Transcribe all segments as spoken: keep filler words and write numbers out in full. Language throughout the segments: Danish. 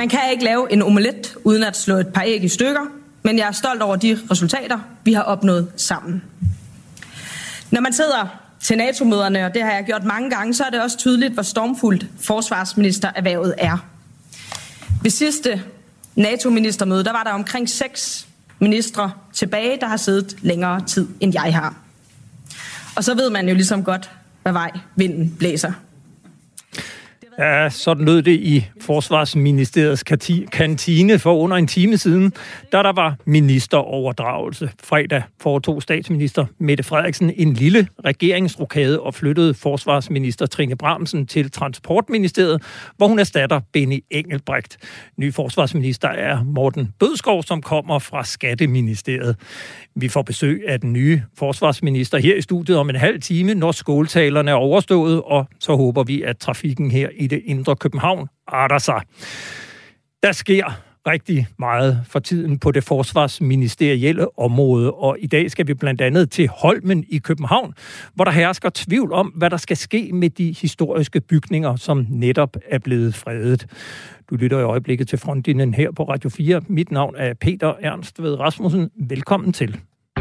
Man kan ikke lave en omelet uden at slå et par æg i stykker, men jeg er stolt over de resultater, vi har opnået sammen. Når man sidder til NATO-møderne, og det har jeg gjort mange gange, så er det også tydeligt, hvor stormfuldt forsvarsministererhvervet er. Ved sidste NATO-ministermøde, der var der omkring seks ministre tilbage, der har siddet længere tid, end jeg har. Og så ved man jo ligesom godt, hvad vej vinden blæser. Ja, sådan lød det i Forsvarsministeriets kantine for under en time siden, da der var ministeroverdragelse. Fredag foretog statsminister Mette Frederiksen en lille regeringsrokade og flyttede forsvarsminister Trine Bramsen til Transportministeriet, hvor hun erstatter Benny Engelbrecht. Ny forsvarsminister er Morten Bødskov, som kommer fra Skatteministeriet. Vi får besøg af den nye forsvarsminister her i studiet om en halv time, når skåltalerne er overstået, og så håber vi, at trafikken her i det indre København arter sig. Der sker rigtig meget for tiden på det forsvarsministerielle område, og i dag skal vi blandt andet til Holmen i København, hvor der hersker tvivl om, hvad der skal ske med de historiske bygninger, som netop er blevet fredet. Du lytter i øjeblikket til Frontlinjen her på Radio fire. Mit navn er Peter Ernst Ved Rasmussen. Velkommen til.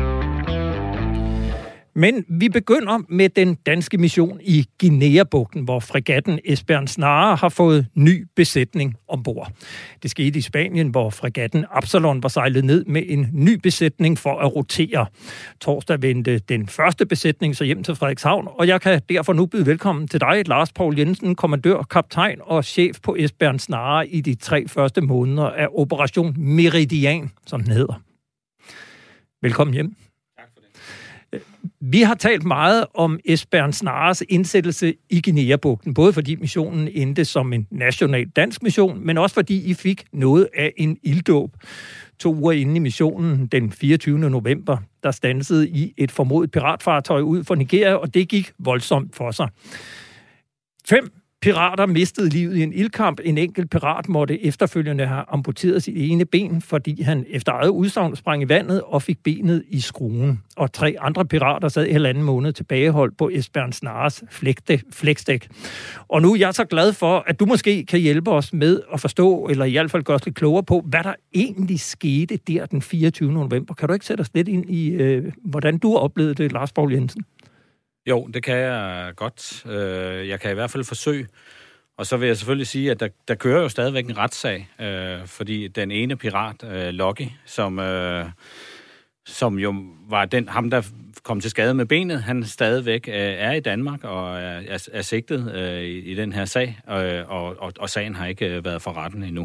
Men vi begynder med den danske mission i Guinea-bugten, hvor fregatten Esbern Snare har fået ny besætning ombord. Det skete i Spanien, hvor fregatten Absalon var sejlet ned med en ny besætning for at rotere. Torsdag vendte den første besætning så hjem til Frederikshavn, og jeg kan derfor nu byde velkommen til dig, Lars Paul Jensen, kommandør, kaptajn og chef på Esbern Snare i de tre første måneder af Operation Meridian, som den hedder. Velkommen hjem. Vi har talt meget om Esbern Snares indsættelse i Guinea-bugten, både fordi missionen endte som en national dansk mission, men også fordi I fik noget af en ilddåb. To uger inde i missionen, den fireogtyvende november, der standsede I et formodet piratfartøj ud for Nigeria, og det gik voldsomt for sig. Fem pirater mistede livet i en ildkamp. En enkelt pirat måtte efterfølgende have amputeret sit ene ben, fordi han efter eget udsagn sprang i vandet og fik benet i skruen. Og tre andre pirater sad i halvanden måned tilbageholdt på Esbern Snares fleksdæk. Og nu er jeg så glad for, at du måske kan hjælpe os med at forstå, eller i hvert fald gøre os lidt klogere på, hvad der egentlig skete der den fireogtyvende november. Kan du ikke sætte os lidt ind i, øh, hvordan du oplevede det, Lars Paul Jensen? Jo, det kan jeg godt. Jeg kan i hvert fald forsøge. Og så vil jeg selvfølgelig sige, at der, der kører jo stadigvæk en retssag, øh, fordi den ene pirat, øh, Lucky, som, øh, som jo var den, ham, der kom til skade med benet, han stadigvæk øh, er i Danmark og er, er, er sigtet øh, i, i den her sag, øh, og, og, og sagen har ikke øh, været for retten endnu.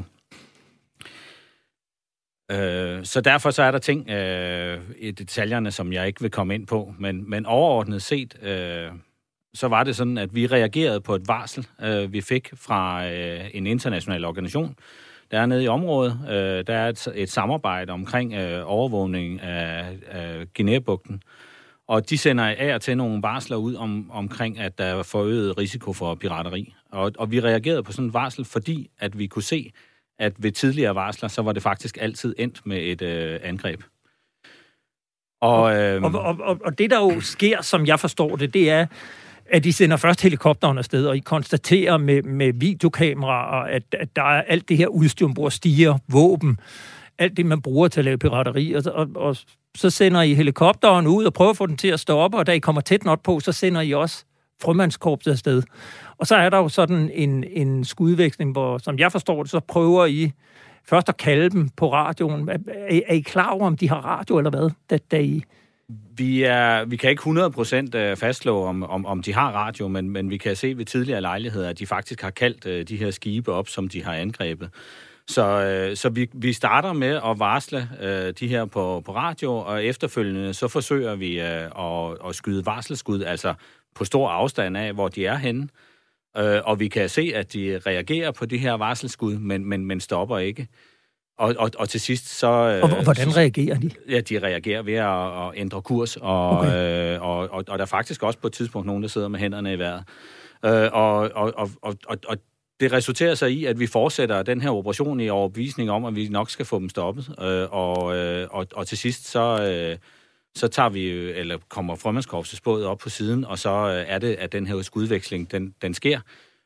Øh, så derfor så er der ting øh, i detaljerne, som jeg ikke vil komme ind på, men, men overordnet set, øh, så var det sådan, at vi reagerede på et varsel, øh, vi fik fra øh, en international organisation, der er nede i området. Øh, der er et, et samarbejde omkring øh, overvågning af, af Guinea-bugten, og de sender af og til nogle varsler ud om, omkring, at der er forøget risiko for pirateri. Og, og vi reagerede på sådan et varsel, fordi at vi kunne se, at ved tidligere varsler, så var det faktisk altid endt med et øh, angreb. Og, øh, og, og, og, og det, der jo sker, som jeg forstår det, det er, at de sender først helikopteren afsted, og I konstaterer med, med videokameraer, at, at der er alt det her udstyr, man bruger, stiger, våben, alt det, man bruger til at lave pirateri, og, og, og så sender I helikopteren ud og prøver at få den til at stoppe, og da I kommer tæt nok på, så sender I også frømandskorpset afsted. Og så er der jo sådan en, en skudveksling, hvor, som jeg forstår det, så prøver I først at kalde dem på radioen. Er, er I klar over, om de har radio eller hvad? Da, da I... Vi, er, vi kan ikke hundrede procent fastslå, om, om, om de har radio, men, men vi kan se ved tidligere lejligheder, at de faktisk har kaldt de her skibe op, som de har angrebet. Så, så vi, vi starter med at varsle øh, de her på, på radio, og efterfølgende så forsøger vi øh, at, at skyde varselsskud, altså på stor afstand af, hvor de er henne. Øh, og vi kan se, at de reagerer på de her varselsskud, men, men, men stopper ikke. Og, og, og til sidst så... Og hvordan så, reagerer de? Ja, de reagerer ved at, at ændre kurs, og, okay. øh, og, og, og der er faktisk også på et tidspunkt nogen, der sidder med hænderne i vejret. Øh, og, og, og, og, og det resulterer sig i, at vi fortsætter den her operation i overbevisning om, at vi nok skal få dem stoppet. Øh, og, øh, og, og til sidst så... Øh, så tager vi, eller kommer frømandskorpsets båd op på siden, og så er det, at den her skudveksling, den, den sker.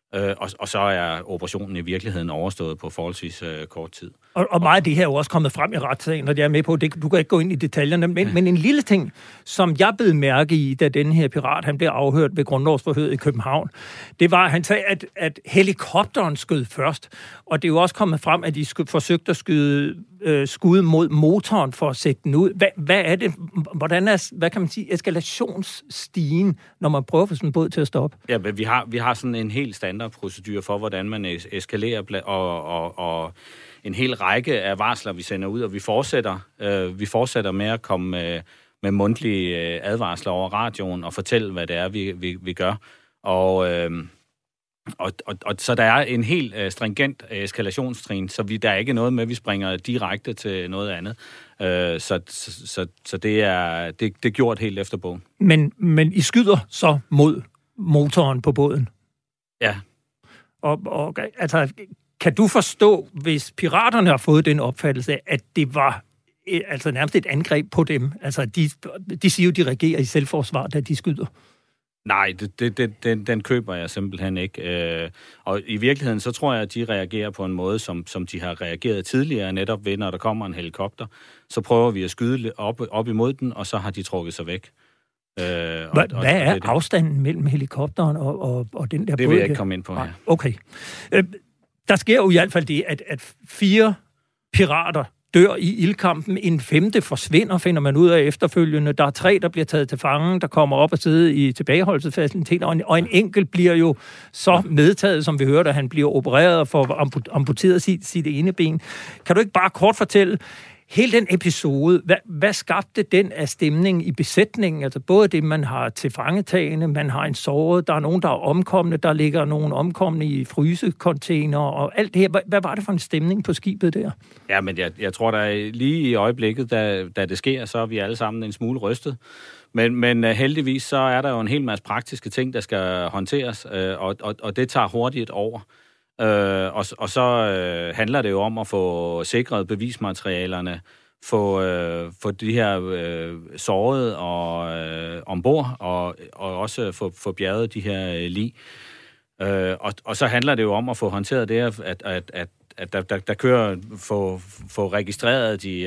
Øh, og, og så er operationen i virkeligheden overstået på forholdsvis øh, kort tid. Og, og meget af det her er jo også kommet frem i retssagen, når jeg er med på det. Du kan ikke gå ind i detaljerne, men, ja. men en lille ting, som jeg blev mærke i, da den her pirat, han blev afhørt ved grundlovsforhøret i København, det var, at han sagde, at, at helikopteren skød først. Og det er jo også kommet frem, at de forsøgte at skyde øh, skud mod motoren for at sætte den ud. Hvad, hvad er det? Hvordan er, hvad kan man sige, eskalationsstigen, når man prøver for sådan en båd til at stoppe? Ja, men vi har, vi har sådan en helt standardprocedure for, hvordan man es- eskalerer, og, og, og en hel række af varsler, vi sender ud, og vi fortsætter, øh, vi fortsætter med at komme med, med mundtlige øh, advarsler over radioen og fortælle, hvad det er, vi, vi, vi gør. Og, øh, og, og, og så der er en helt øh, stringent eskalationstrin, så vi, der er ikke noget med, at vi springer direkte til noget andet. Øh, så, så, så, så det er det, det er gjort helt efter bogen. Men, men I skyder så mod motoren på båden? Ja. Og, og altså, kan du forstå, hvis piraterne har fået den opfattelse, at det var altså nærmest et angreb på dem? Altså, de, de siger jo, de reagerer i selvforsvar, da de skyder. Nej, det, det, det, den, den køber jeg simpelthen ikke. Øh, og i virkeligheden, så tror jeg, at de reagerer på en måde, som, som de har reageret tidligere, netop ved, når der kommer en helikopter. Så prøver vi at skyde op, op imod den, og så har de trukket sig væk. Øh, Hva, og, hvad og, er det, afstanden mellem helikopteren og, og, og den der båd? Det vil jeg ikke komme ind på her. Okay. Øh, der sker jo i hvert fald det, at, at fire pirater dør i ildkampen. En femte forsvinder, finder man ud af efterfølgende. Der er tre, der bliver taget til fange, der kommer op og sidder i tilbageholdelsesfaciliteter, og en, og en enkelt bliver jo så medtaget, som vi hørte, at han bliver opereret og får amputeret sit, sit ene ben. Kan du ikke bare kort fortælle, hele den episode, hvad, hvad skabte den af stemning i besætningen? Altså både det, man har til fangetagende, man har en såret, der er nogen, der er omkomne, der ligger nogen omkomne i frysecontainer og alt det her. Hvad, hvad var det for en stemning på skibet der? Ja, men jeg, jeg tror, der er lige i øjeblikket, da, da det sker, så er vi alle sammen en smule rystet. Men, men heldigvis så er der jo en hel masse praktiske ting, der skal håndteres, og, og, og det tager hurtigt over. Øh, og, og så øh, handler det jo om at få sikret bevismaterialerne, få, øh, få de her øh, sårede og øh, ombord, og, og også få, få bjerget de her øh, lig. Øh, og, og så handler det jo om at få håndteret det, at, at, at, at der, der, der kører, få, få registreret de,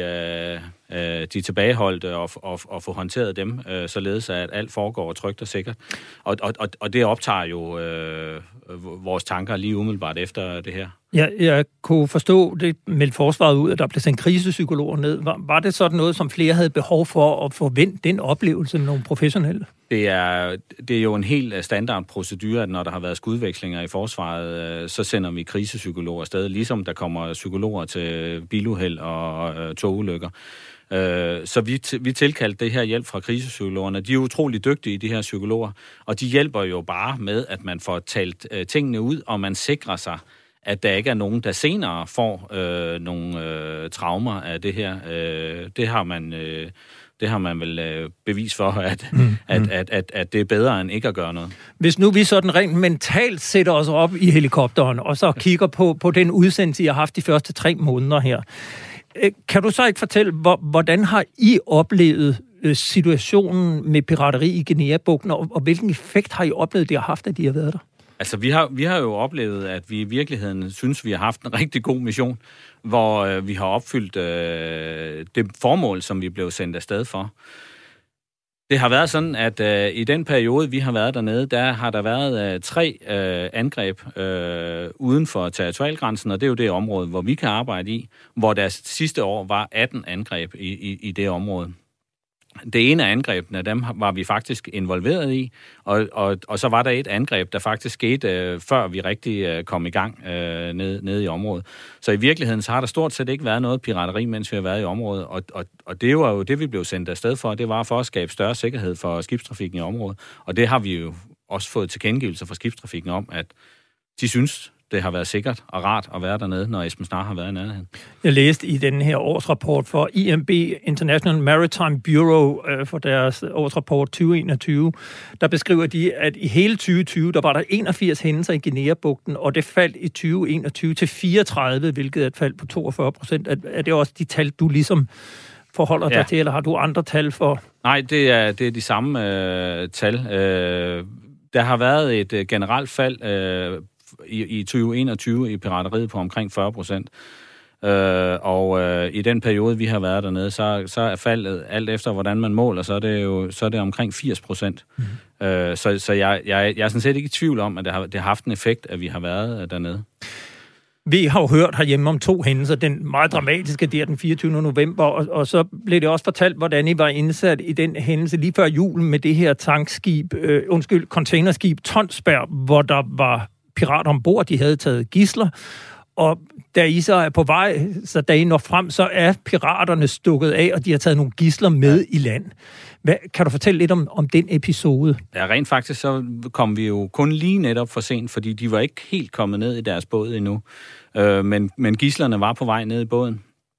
øh, de tilbageholdte og, og, og få håndteret dem, øh, således at alt foregår trygt og sikkert. Og, og, og det optager jo øh, vores tanker lige umiddelbart efter det her. Ja, jeg kunne forstå, det meldte forsvaret ud, at der blev sendt krisepsykologer ned. Var, var det sådan noget, som flere havde behov for at få vendt den oplevelse med nogle professionelle? Det er, det er jo en helt standardprocedure, at når der har været skudvekslinger i forsvaret, så sender vi krisepsykologer afsted, ligesom der kommer psykologer til biluheld og øh, togulykker. Så vi, vi tilkaldte det her hjælp fra krisepsykologerne. De er utrolig dygtige, de her psykologer, og de hjælper jo bare med, at man får talt øh, tingene ud, og man sikrer sig, at der ikke er nogen, der senere får øh, nogle øh, traumer af det her. Øh, det har man... Øh, Det har man vel øh, bevis for, at, mm, mm. At, at, at, at det er bedre end ikke at gøre noget. Hvis nu vi sådan rent mentalt sætter os op i helikopteren, og så kigger på, på den udsendelse, I har haft de første tre måneder her, kan du så ikke fortælle, hvordan har I oplevet situationen med pirateri i Guinea-bugten, og, og hvilken effekt har I oplevet, det har haft, at de har været der? Altså, vi har, vi har jo oplevet, at vi i virkeligheden synes, vi har haft en rigtig god mission, hvor øh, vi har opfyldt øh, det formål, som vi blev sendt afsted for. Det har været sådan, at øh, i den periode, vi har været dernede, der har der været øh, tre øh, angreb øh, uden for territorialgrænsen, og det er jo det område, hvor vi kan arbejde i, hvor der sidste år var atten angreb i, i, i det område. Det ene af angrebene, dem var vi faktisk involveret i, og, og, og så var der et angreb, der faktisk skete, øh, før vi rigtig øh, kom i gang øh, nede, nede i området. Så i virkeligheden, så har der stort set ikke været noget pirateri, mens vi har været i området, og, og, og det var jo det, vi blev sendt afsted for, det var for at skabe større sikkerhed for skibstrafikken i området, og det har vi jo også fået tilkendegivelser fra skibstrafikken om, at de synes, det har været sikkert og rart at være dernede, når Esben Snare har været i nærheden. Jeg læste i den her årsrapport for I M B, International Maritime Bureau, øh, for deres årsrapport tyve enogtyve, der beskriver de, at i hele tyve tyve, der var der enogfirs hændelser i Guinea-bugten, og det faldt i tyve enogtyve til fireogtredive, hvilket er et fald på toogfyrre procent. Er det også de tal, du ligesom forholder dig ja. til, eller har du andre tal for? Nej, det er, det er de samme øh, tal. Øh, der har været et øh, generelt fald øh, i, i tyve enogtyve i pirateriet på omkring fyrre procent. Øh, og øh, i den periode, vi har været dernede, så, så er faldet, alt efter hvordan man måler, så er det jo så er det omkring firs procent. Mm. Øh, så så jeg, jeg, jeg er sådan set ikke i tvivl om, at det har, det har haft en effekt, at vi har været dernede. Vi har jo hørt herhjemme om to hændelser. Den meget dramatiske, det er den fireogtyvende november, og, og så blev det også fortalt, hvordan I var indsat i den hændelse lige før julen med det her tankskib, øh, undskyld, containerskib Tonsberg, hvor der var pirater ombord, de havde taget gidsler, og da I så er på vej, så da I når frem, så er piraterne stukket af, og de har taget nogle gidsler med ja. i land. Hvad, kan du fortælle lidt om, om den episode? Ja, rent faktisk så kom vi jo kun lige netop for sent, fordi de var ikke helt kommet ned i deres båd endnu. Øh, men, men gidslerne var på vej ned i båden,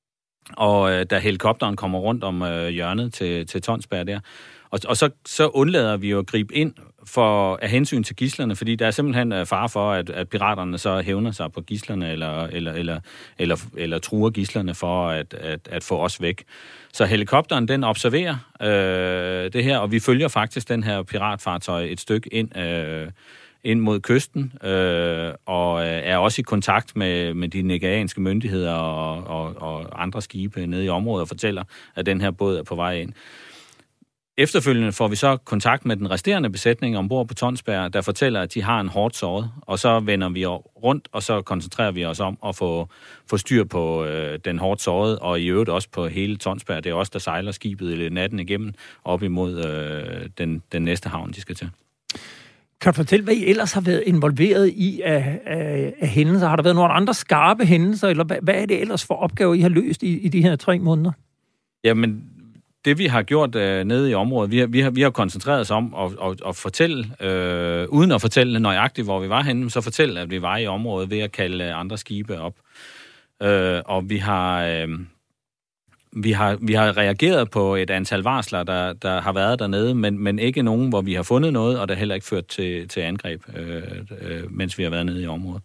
og øh, da helikopteren kommer rundt om øh, hjørnet til, til Tonsberg der, og, og så, så undlader vi jo at gribe ind for af hensyn til gidslerne, fordi der er simpelthen fare for, at, at piraterne så hævner sig på gidslerne, eller, eller, eller, eller, eller truer gidslerne for at, at, at få os væk. Så helikopteren, den observerer øh, det her, og vi følger faktisk den her piratfartøj et stykke ind, øh, ind mod kysten, øh, og er også i kontakt med, med de nigerianske myndigheder og, og, og andre skibe nede i området og fortæller, at den her båd er på vej ind. Efterfølgende får vi så kontakt med den resterende besætning ombord på Tonsberg, der fortæller, at de har en hårdt såret, og så vender vi rundt, og så koncentrerer vi os om at få, få styr på øh, den hårdt såret, og i øvrigt også på hele Tonsberg. Det er også der sejler skibet natten igennem op imod øh, den, den næste havn, de skal til. Kan du fortælle, hvad I ellers har været involveret i af, af, af hændelser? Har der været nogle andre skarpe hændelser, eller hvad, hvad er det ellers for opgaver, I har løst i, i de her tre måneder? Jamen, det vi har gjort øh, nede i området, vi har, vi har, vi har koncentreret os om at, at, at fortælle, øh, uden at fortælle nøjagtigt, hvor vi var henne, så fortælle, at vi var i området ved at kalde andre skibe op. Øh, og vi har, øh, vi, har, vi har reageret på et antal varsler, der, der har været dernede, men, men ikke nogen, hvor vi har fundet noget, og der heller ikke ført til, til angreb, øh, øh, mens vi har været nede i området.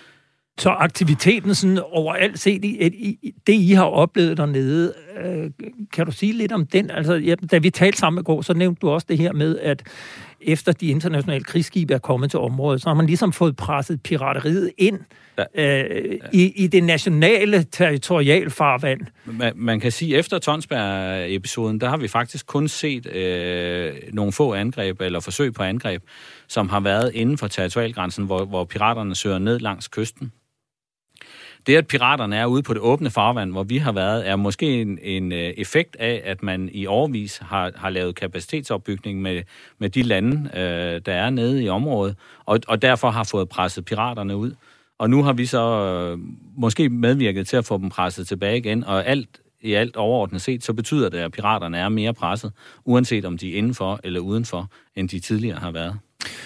Så aktiviteten sådan overalt set, i, i, det I har oplevet dernede, øh, kan du sige lidt om den? Altså, ja, da vi talte sammen i går, så nævnte du også det her med, at efter de internationale krigsskibe er kommet til området, så har man ligesom fået presset pirateriet ind ja. øh, ja. I, i det nationale territorialfarvand. Man, man kan sige, at efter Tonsberg-episoden, der har vi faktisk kun set øh, nogle få angreb, eller forsøg på angreb, som har været inden for territorialgrænsen, hvor, hvor piraterne søger ned langs kysten. Det, at piraterne er ude på det åbne farvand, hvor vi har været, er måske en, en effekt af, at man i årevis har, har lavet kapacitetsopbygning med, med de lande, øh, der er nede i området, og, og derfor har fået presset piraterne ud. Og nu har vi så øh, måske medvirket til at få dem presset tilbage igen, og alt i alt overordnet set, så betyder det, at piraterne er mere presset, uanset om de er indenfor eller udenfor, end de tidligere har været.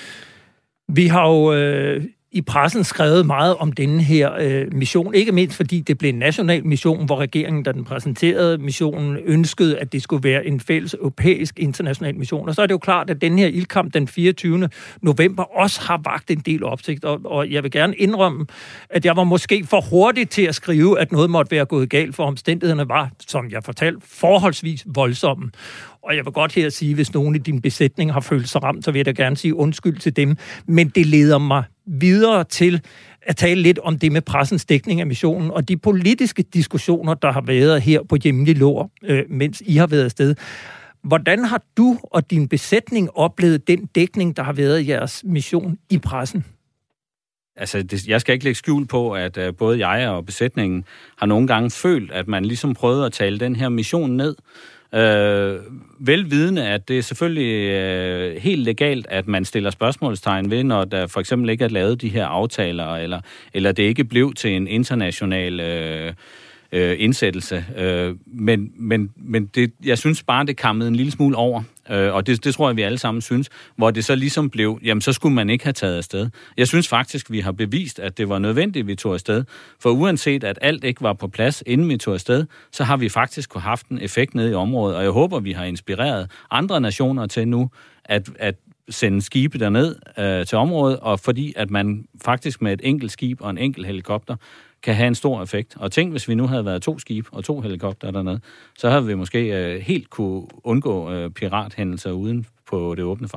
Vi har jo øh, i pressen skrevet meget om denne her øh, mission, ikke mindst fordi det blev en national mission, hvor regeringen, da den præsenterede missionen, ønskede, at det skulle være en fælles europæisk international mission. Og så er det jo klart, at den her ildkamp den fireogtyvende november også har vakt en del opsigt, og, og jeg vil gerne indrømme, at jeg var måske for hurtig til at skrive, at noget måtte være gået galt, for omstændighederne var, som jeg fortalte, forholdsvis voldsomme. Og jeg vil godt her sige, hvis nogen i din besætning har følt sig ramt, så vil jeg da gerne sige undskyld til dem. Men det leder mig videre til at tale lidt om det med pressens dækning af missionen, og de politiske diskussioner, der har været her på hjemlig lår, øh, mens I har været afsted. Hvordan har du og din besætning oplevet den dækning, der har været i jeres mission i pressen? Altså, det, jeg skal ikke lægge skjul på, at uh, både jeg og besætningen har nogle gange følt, at man ligesom prøvede at tale den her mission ned. Øh, velvidende, at det er selvfølgelig øh, helt legalt, at man stiller spørgsmålstegn ved, når der for eksempel ikke er lavet de her aftaler, eller, eller det ikke blev til en international øh, øh, indsættelse. Øh, men men, men det, jeg synes bare, det kammede en lille smule over, øh, og det, det tror jeg, vi alle sammen synes, hvor det så ligesom blev, jamen så skulle man ikke have taget afsted. Jeg synes faktisk, vi har bevist, at det var nødvendigt, vi tog afsted, for uanset at alt ikke var på plads, inden vi tog afsted, så har vi faktisk kunne haft en effekt nede i området, og jeg håber, vi har inspireret andre nationer til nu, at, at sende skibe derned øh, til området, og fordi at man faktisk med et enkelt skib og en enkelt helikopter kan have en stor effekt. Og tænk, hvis vi nu havde været to skib og to helikopter dernede, så havde vi måske øh, helt kunne undgå øh, pirathændelser uden på det åbne farvand.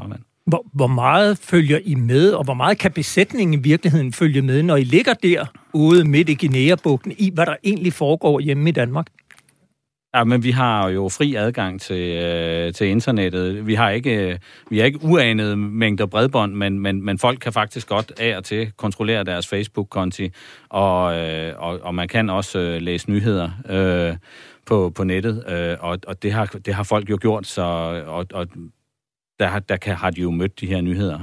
Hvor, hvor meget følger I med, og hvor meget kan besætningen i virkeligheden følge med, når I ligger derude midt i Guinea-bugten, i hvad der egentlig foregår hjemme i Danmark? Ja, men vi har jo fri adgang til, øh, til internettet. Vi har ikke, vi har ikke uanede mængder bredbånd, men, men, men folk kan faktisk godt af og til kontrollere deres Facebook-konti, og, øh, og, og man kan også øh, læse nyheder øh, på, på nettet, øh, og, og det, har, det har folk jo gjort, så, og, og der, har, der kan, har de jo mødt de her nyheder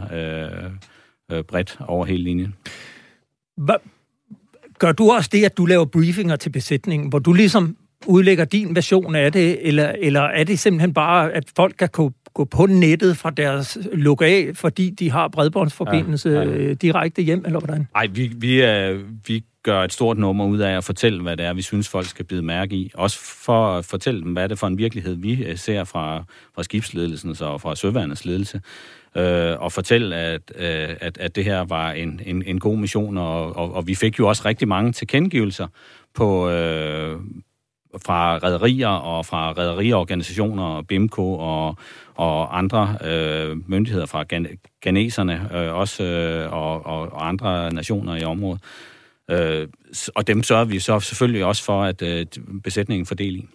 øh, øh, bredt over hele linjen. Hva, gør du også det, at du laver briefinger til besætningen, hvor du ligesom udlægger din version af det, eller, eller er det simpelthen bare, at folk kan gå, gå på nettet fra deres lukke af, fordi de har bredbåndsforbindelse ja, direkte hjem, eller hvordan? Nej, vi, vi, er, vi gør et stort nummer ud af at fortælle, hvad det er, vi synes, folk skal bide mærke i. Også for at fortælle dem, hvad det er for en virkelighed, vi ser fra, fra skibsledelsen og fra søværnets ledelse. Øh, og fortælle, at, at, at det her var en, en, en god mission, og, og, og vi fik jo også rigtig mange tilkendegivelser på øh, fra rederier og fra rederiorganisationer, B I M C O og, og andre øh, myndigheder fra ghaneserne øh, også, øh, og, og andre nationer i området. Øh, og dem sørger vi så selvfølgelig også for, at øh, besætningen får del i.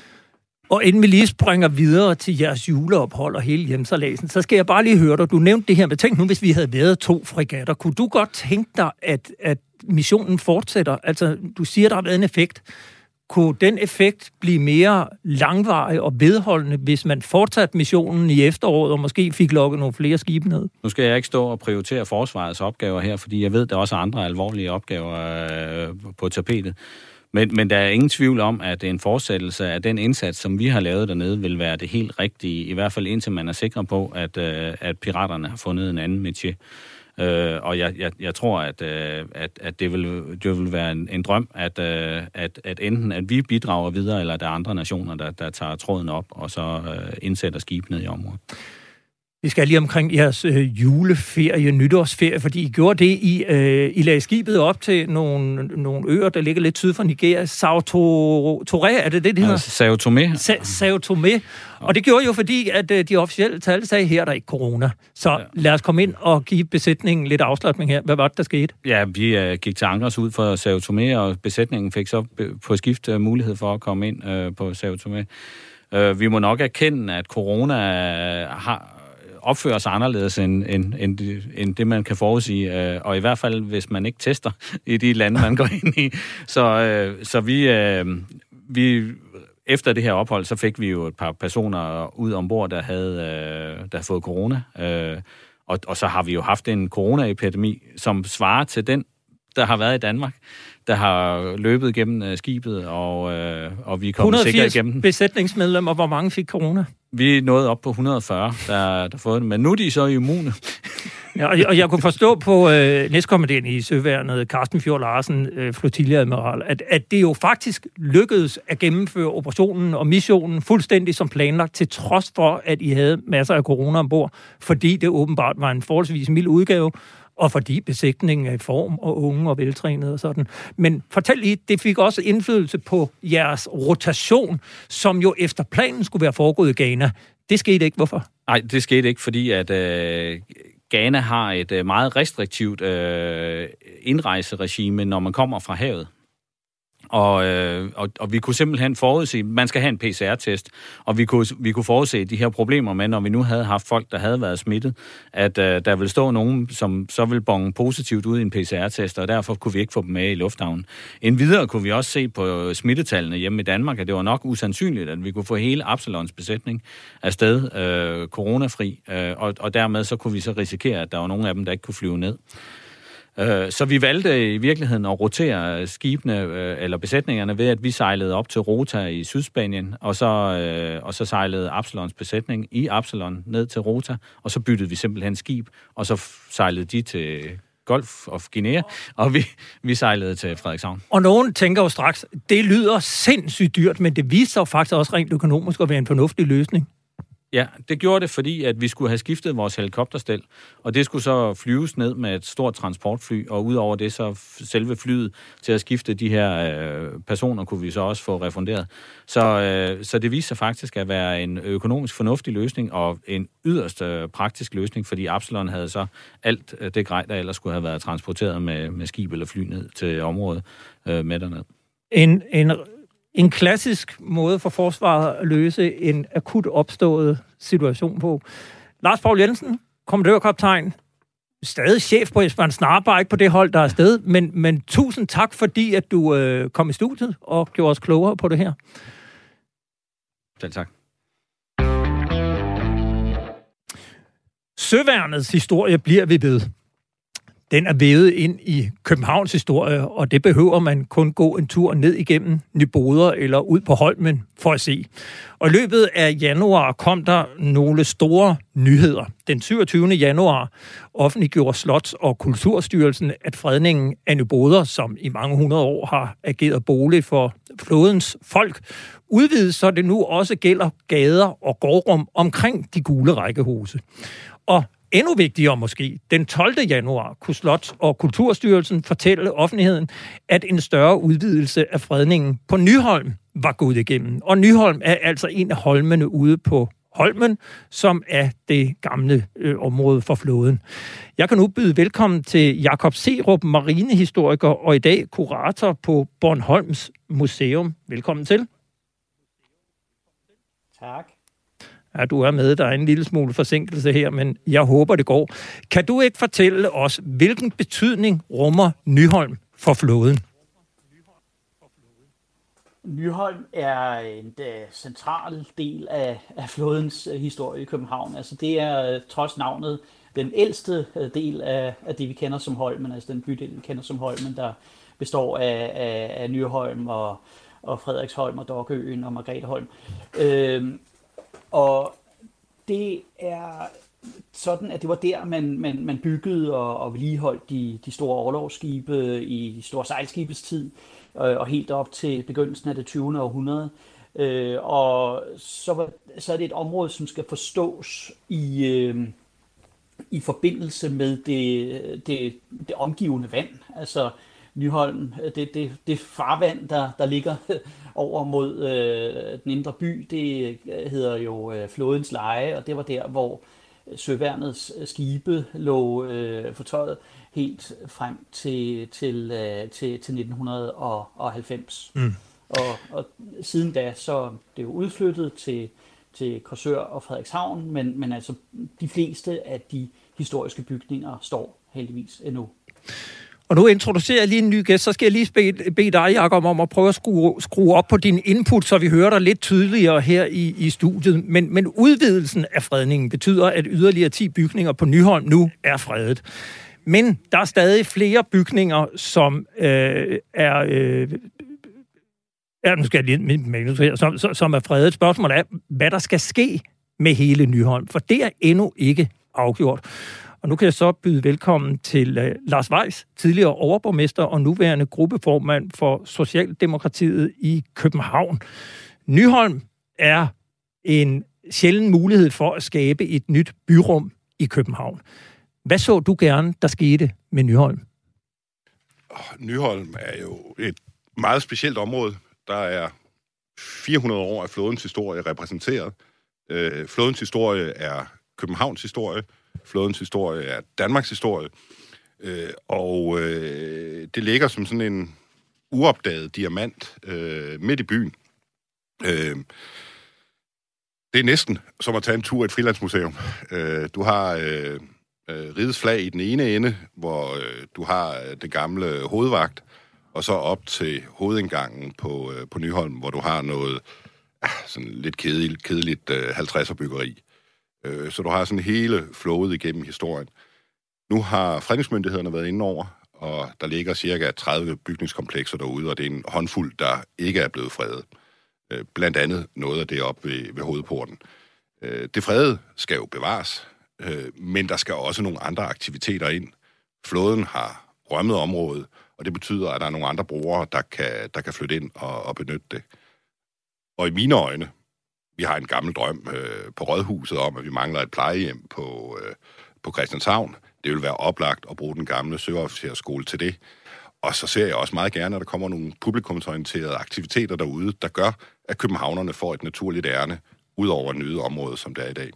Og inden vi lige springer videre til jeres juleophold og hele hjemsejladsen, så skal jeg bare lige høre dig. Du nævnte det her med, tænk nu, hvis vi havde været to fregatter. Kunne du godt tænke dig, at, at missionen fortsætter? Altså, du siger, der har været en effekt. Kunne den effekt blive mere langvarig og vedholdende, hvis man fortsatte missionen i efteråret og måske fik lukket nogle flere skibe ned? Nu skal jeg ikke stå og prioritere forsvarets opgaver her, fordi jeg ved, der er også andre alvorlige opgaver øh, på tapetet. Men, men der er ingen tvivl om, at en fortsættelse af den indsats, som vi har lavet dernede, vil være det helt rigtige, i hvert fald indtil man er sikker på, at, øh, at piraterne har fundet en anden métier. Øh, og jeg, jeg, jeg tror, at, øh, at, at det, vil, det vil være en, en drøm, at, øh, at, at enten at vi bidrager videre, eller der er andre nationer, der, der tager tråden op, og så øh, indsætter skibene i området. Vi skal lige omkring jeres øh, juleferie, nytårsferie, fordi I gjorde det, I, øh, I lagde skibet op til nogle, nogle øer, der ligger lidt syd for Nigeria. Sao Tomé, er det det, det hedder? Sao Tomé. Sa- Sao Tomé. Og det gjorde jo fordi, at øh, de officielle tal sagde, her er der ikke corona. Så ja. Lad os komme ind og give besætningen lidt afslutning her. Hvad var det, der skete? Ja, vi øh, gik til Ankers ud for Sao Tomé, og besætningen fik så på skift øh, mulighed for at komme ind øh, på Sao Tomé. Øh, vi må nok erkende, at corona har opfører sig anderledes end, end, end, det, end det, man kan forudsige. Øh, og i hvert fald, hvis man ikke tester i de lande, man går ind i. Så, øh, så vi, øh, vi, efter det her ophold, så fik vi jo et par personer ud ombord, der havde, øh, der havde fået corona. Øh, og, og så har vi jo haft en coronaepidemi, som svarer til den, der har været i Danmark, der har løbet gennem skibet, og, øh, og vi er kommet sikkert igennem. hundrede og firs besætningsmedlemmer, hvor mange fik corona? Vi nåede op på et hundrede og fyrre, der, der fået det, men nu er de så immune. Ja, og, jeg, og jeg kunne forstå på øh, næstkommanderende i Søværnet, Carsten Fjord Larsen, øh, flotilleadmiral, at, at det jo faktisk lykkedes at gennemføre operationen og missionen fuldstændig som planlagt, til trods for, at I havde masser af corona ombord, fordi det åbenbart var en forholdsvis mild udgave, og fordi besætningen er i form, og unge og veltrænede og sådan. Men fortæl lige, det fik også indflydelse på jeres rotation, som jo efter planen skulle være foregået i Ghana. Det skete ikke. Hvorfor? Nej, det skete ikke, fordi at øh, Ghana har et øh, meget restriktivt øh, indrejseregime, når man kommer fra havet. Og, øh, og, og vi kunne simpelthen forudse, man skal have en P C R-test, og vi kunne, vi kunne forudse de her problemer med, når vi nu havde haft folk, der havde været smittet, at øh, der ville stå nogen, som så ville bonge positivt ud i en P C R-test, og derfor kunne vi ikke få dem med i lufthavnen. Endvidere kunne vi også se på smittetallene hjemme i Danmark, at det var nok usandsynligt, at vi kunne få hele Absalons besætning afsted øh, coronafri, øh, og, og dermed så kunne vi så risikere, at der var nogle af dem, der ikke kunne flyve ned. Så vi valgte i virkeligheden at rotere skibene eller besætningerne ved, at vi sejlede op til Rota i Sydspanien, og så, og så sejlede Absalons besætning i Absalon ned til Rota, og så byttede vi simpelthen skib, og så sejlede de til Gulf of Guinea, og vi, vi sejlede til Frederikshavn. Og nogen tænker jo straks, det lyder sindssygt dyrt, men det viser sig faktisk også rent økonomisk at være en fornuftig løsning. Ja, det gjorde det, fordi at vi skulle have skiftet vores helikopterstel, og det skulle så flyves ned med et stort transportfly, og udover det så selve flyet til at skifte de her øh, personer, kunne vi så også få refunderet. Så, øh, så det viste sig faktisk at være en økonomisk fornuftig løsning, og en yderst øh, praktisk løsning, fordi Absalon havde så alt øh, det grej, der ellers skulle have været transporteret med, med skib eller fly ned til området øh, med derned. En, en En klassisk måde for forsvaret at løse en akut opstået situation på. Lars Paul Jensen, kommandørkaptajn, stadig chef på Esbern Snare, ikke på det hold, der er afsted, men, men tusind tak, fordi at du øh, kom i studiet og gjorde os klogere på det her. Selv tak. Søværnets historie bliver vi ved. Den er vævet ind i Københavns historie, og det behøver man kun gå en tur ned igennem Nyboder eller ud på Holmen for at se. Og i løbet af januar kom der nogle store nyheder. Den syvogtyvende januar offentliggjorde Slots- og Kulturstyrelsen, at fredningen af Nyboder, som i mange hundrede år har ageret bolig for flådens folk, udvides, så det nu også gælder gader og gårdrum omkring de gule rækkehuse. Og endnu vigtigere måske, den tolvte januar kunne Slots- og Kulturstyrelsen fortælle offentligheden, at en større udvidelse af fredningen på Nyholm var gået igennem. Og Nyholm er altså en af holmene ude på Holmen, som er det gamle øh, område for flåden. Jeg kan nu byde velkommen til Jakob Serup, marinehistoriker og i dag kurator på Bornholms Museum. Velkommen til. Tak. Ja, du er med. Der er en lille smule forsinkelse her, men jeg håber, det går. Kan du ikke fortælle os, hvilken betydning rummer Nyholm for flåden? Nyholm er en central del af, af flådens historie i København. Altså det er trods navnet den ældste del af, af det, vi kender som Holmen, altså den bydel, vi kender som Holmen, der består af, af, af Nyholm og, og Frederiksholm og Dokøen og Margretheholm. Øhm, Og det er sådan, at det var der, man, man, man byggede og, og vedligeholdt de, de store orlogsskibe i de store sejlskibes tid, og, og helt op til begyndelsen af det tyvende århundrede. Øh, og så, var, så er det et område, som skal forstås i, øh, i forbindelse med det, det, det omgivende vand. Altså Nyholm, det, det, det farvand, der, der ligger over mod øh, den indre by, det hedder jo øh, Flådens Leje, og det var der, hvor søværnets skibe lå øh, fortøjet helt frem til, til, øh, til, til nitten halvfems. Mm. Og, og siden da, så det er jo udflyttet til, til Korsør og Frederikshavn, men, men altså de fleste af de historiske bygninger står heldigvis endnu. Og nu introducerer jeg lige en ny gæst, så skal jeg lige bede, bede dig, Jacob, om at prøve at skrue, skrue op på din input, så vi hører dig lidt tydeligere her i, i studiet. Men, men udvidelsen af fredningen betyder, at yderligere ti bygninger på Nyholm nu er fredet. Men der er stadig flere bygninger, som øh, er... Øh, ja, nu skal jeg lige med, som, som er fredet. Spørgsmålet er, hvad der skal ske med hele Nyholm, for det er endnu ikke afgjort. Og nu kan jeg så byde velkommen til uh, Lars Weiss, tidligere overborgmester og nuværende gruppeformand for Socialdemokratiet i København. Nyholm er en sjælden mulighed for at skabe et nyt byrum i København. Hvad så du gerne, der skete med Nyholm? Nyholm er jo et meget specielt område. Der er fire hundrede år af flådens historie repræsenteret. Øh, flådens historie er Københavns historie. Flådens historie er Danmarks historie, øh, og øh, det ligger som sådan en uopdaget diamant øh, midt i byen. Øh, det er næsten som at tage en tur i et frilandsmuseum. Øh, du har øh, øh, rigets flag i den ene ende, hvor øh, du har det gamle hovedvagt, og så op til hovedindgangen på, øh, på Nyholm, hvor du har noget ah, sådan lidt kedeligt, kedeligt øh, halvtredser-byggeri. Så du har sådan hele flowet igennem historien. Nu har fredningsmyndighederne været inde over, og der ligger cirka tredive bygningskomplekser derude, og det er en håndfuld, der ikke er blevet fredet. Blandt andet noget af det op ved, ved hovedporten. Det fredede skal jo bevares, men der skal også nogle andre aktiviteter ind. Flåden har rømmet området, og det betyder, at der er nogle andre brugere, der kan, der kan flytte ind og, og benytte det. Og i mine øjne, vi har en gammel drøm øh, på Rådhuset om, at vi mangler et plejehjem på, øh, på Christianshavn. Det vil være oplagt at bruge den gamle søofficerskole til det. Og så ser jeg også meget gerne, at der kommer nogle publikumsorienterede aktiviteter derude, der gør, at københavnerne får et naturligt ærne ud over nye område, som det er i dag.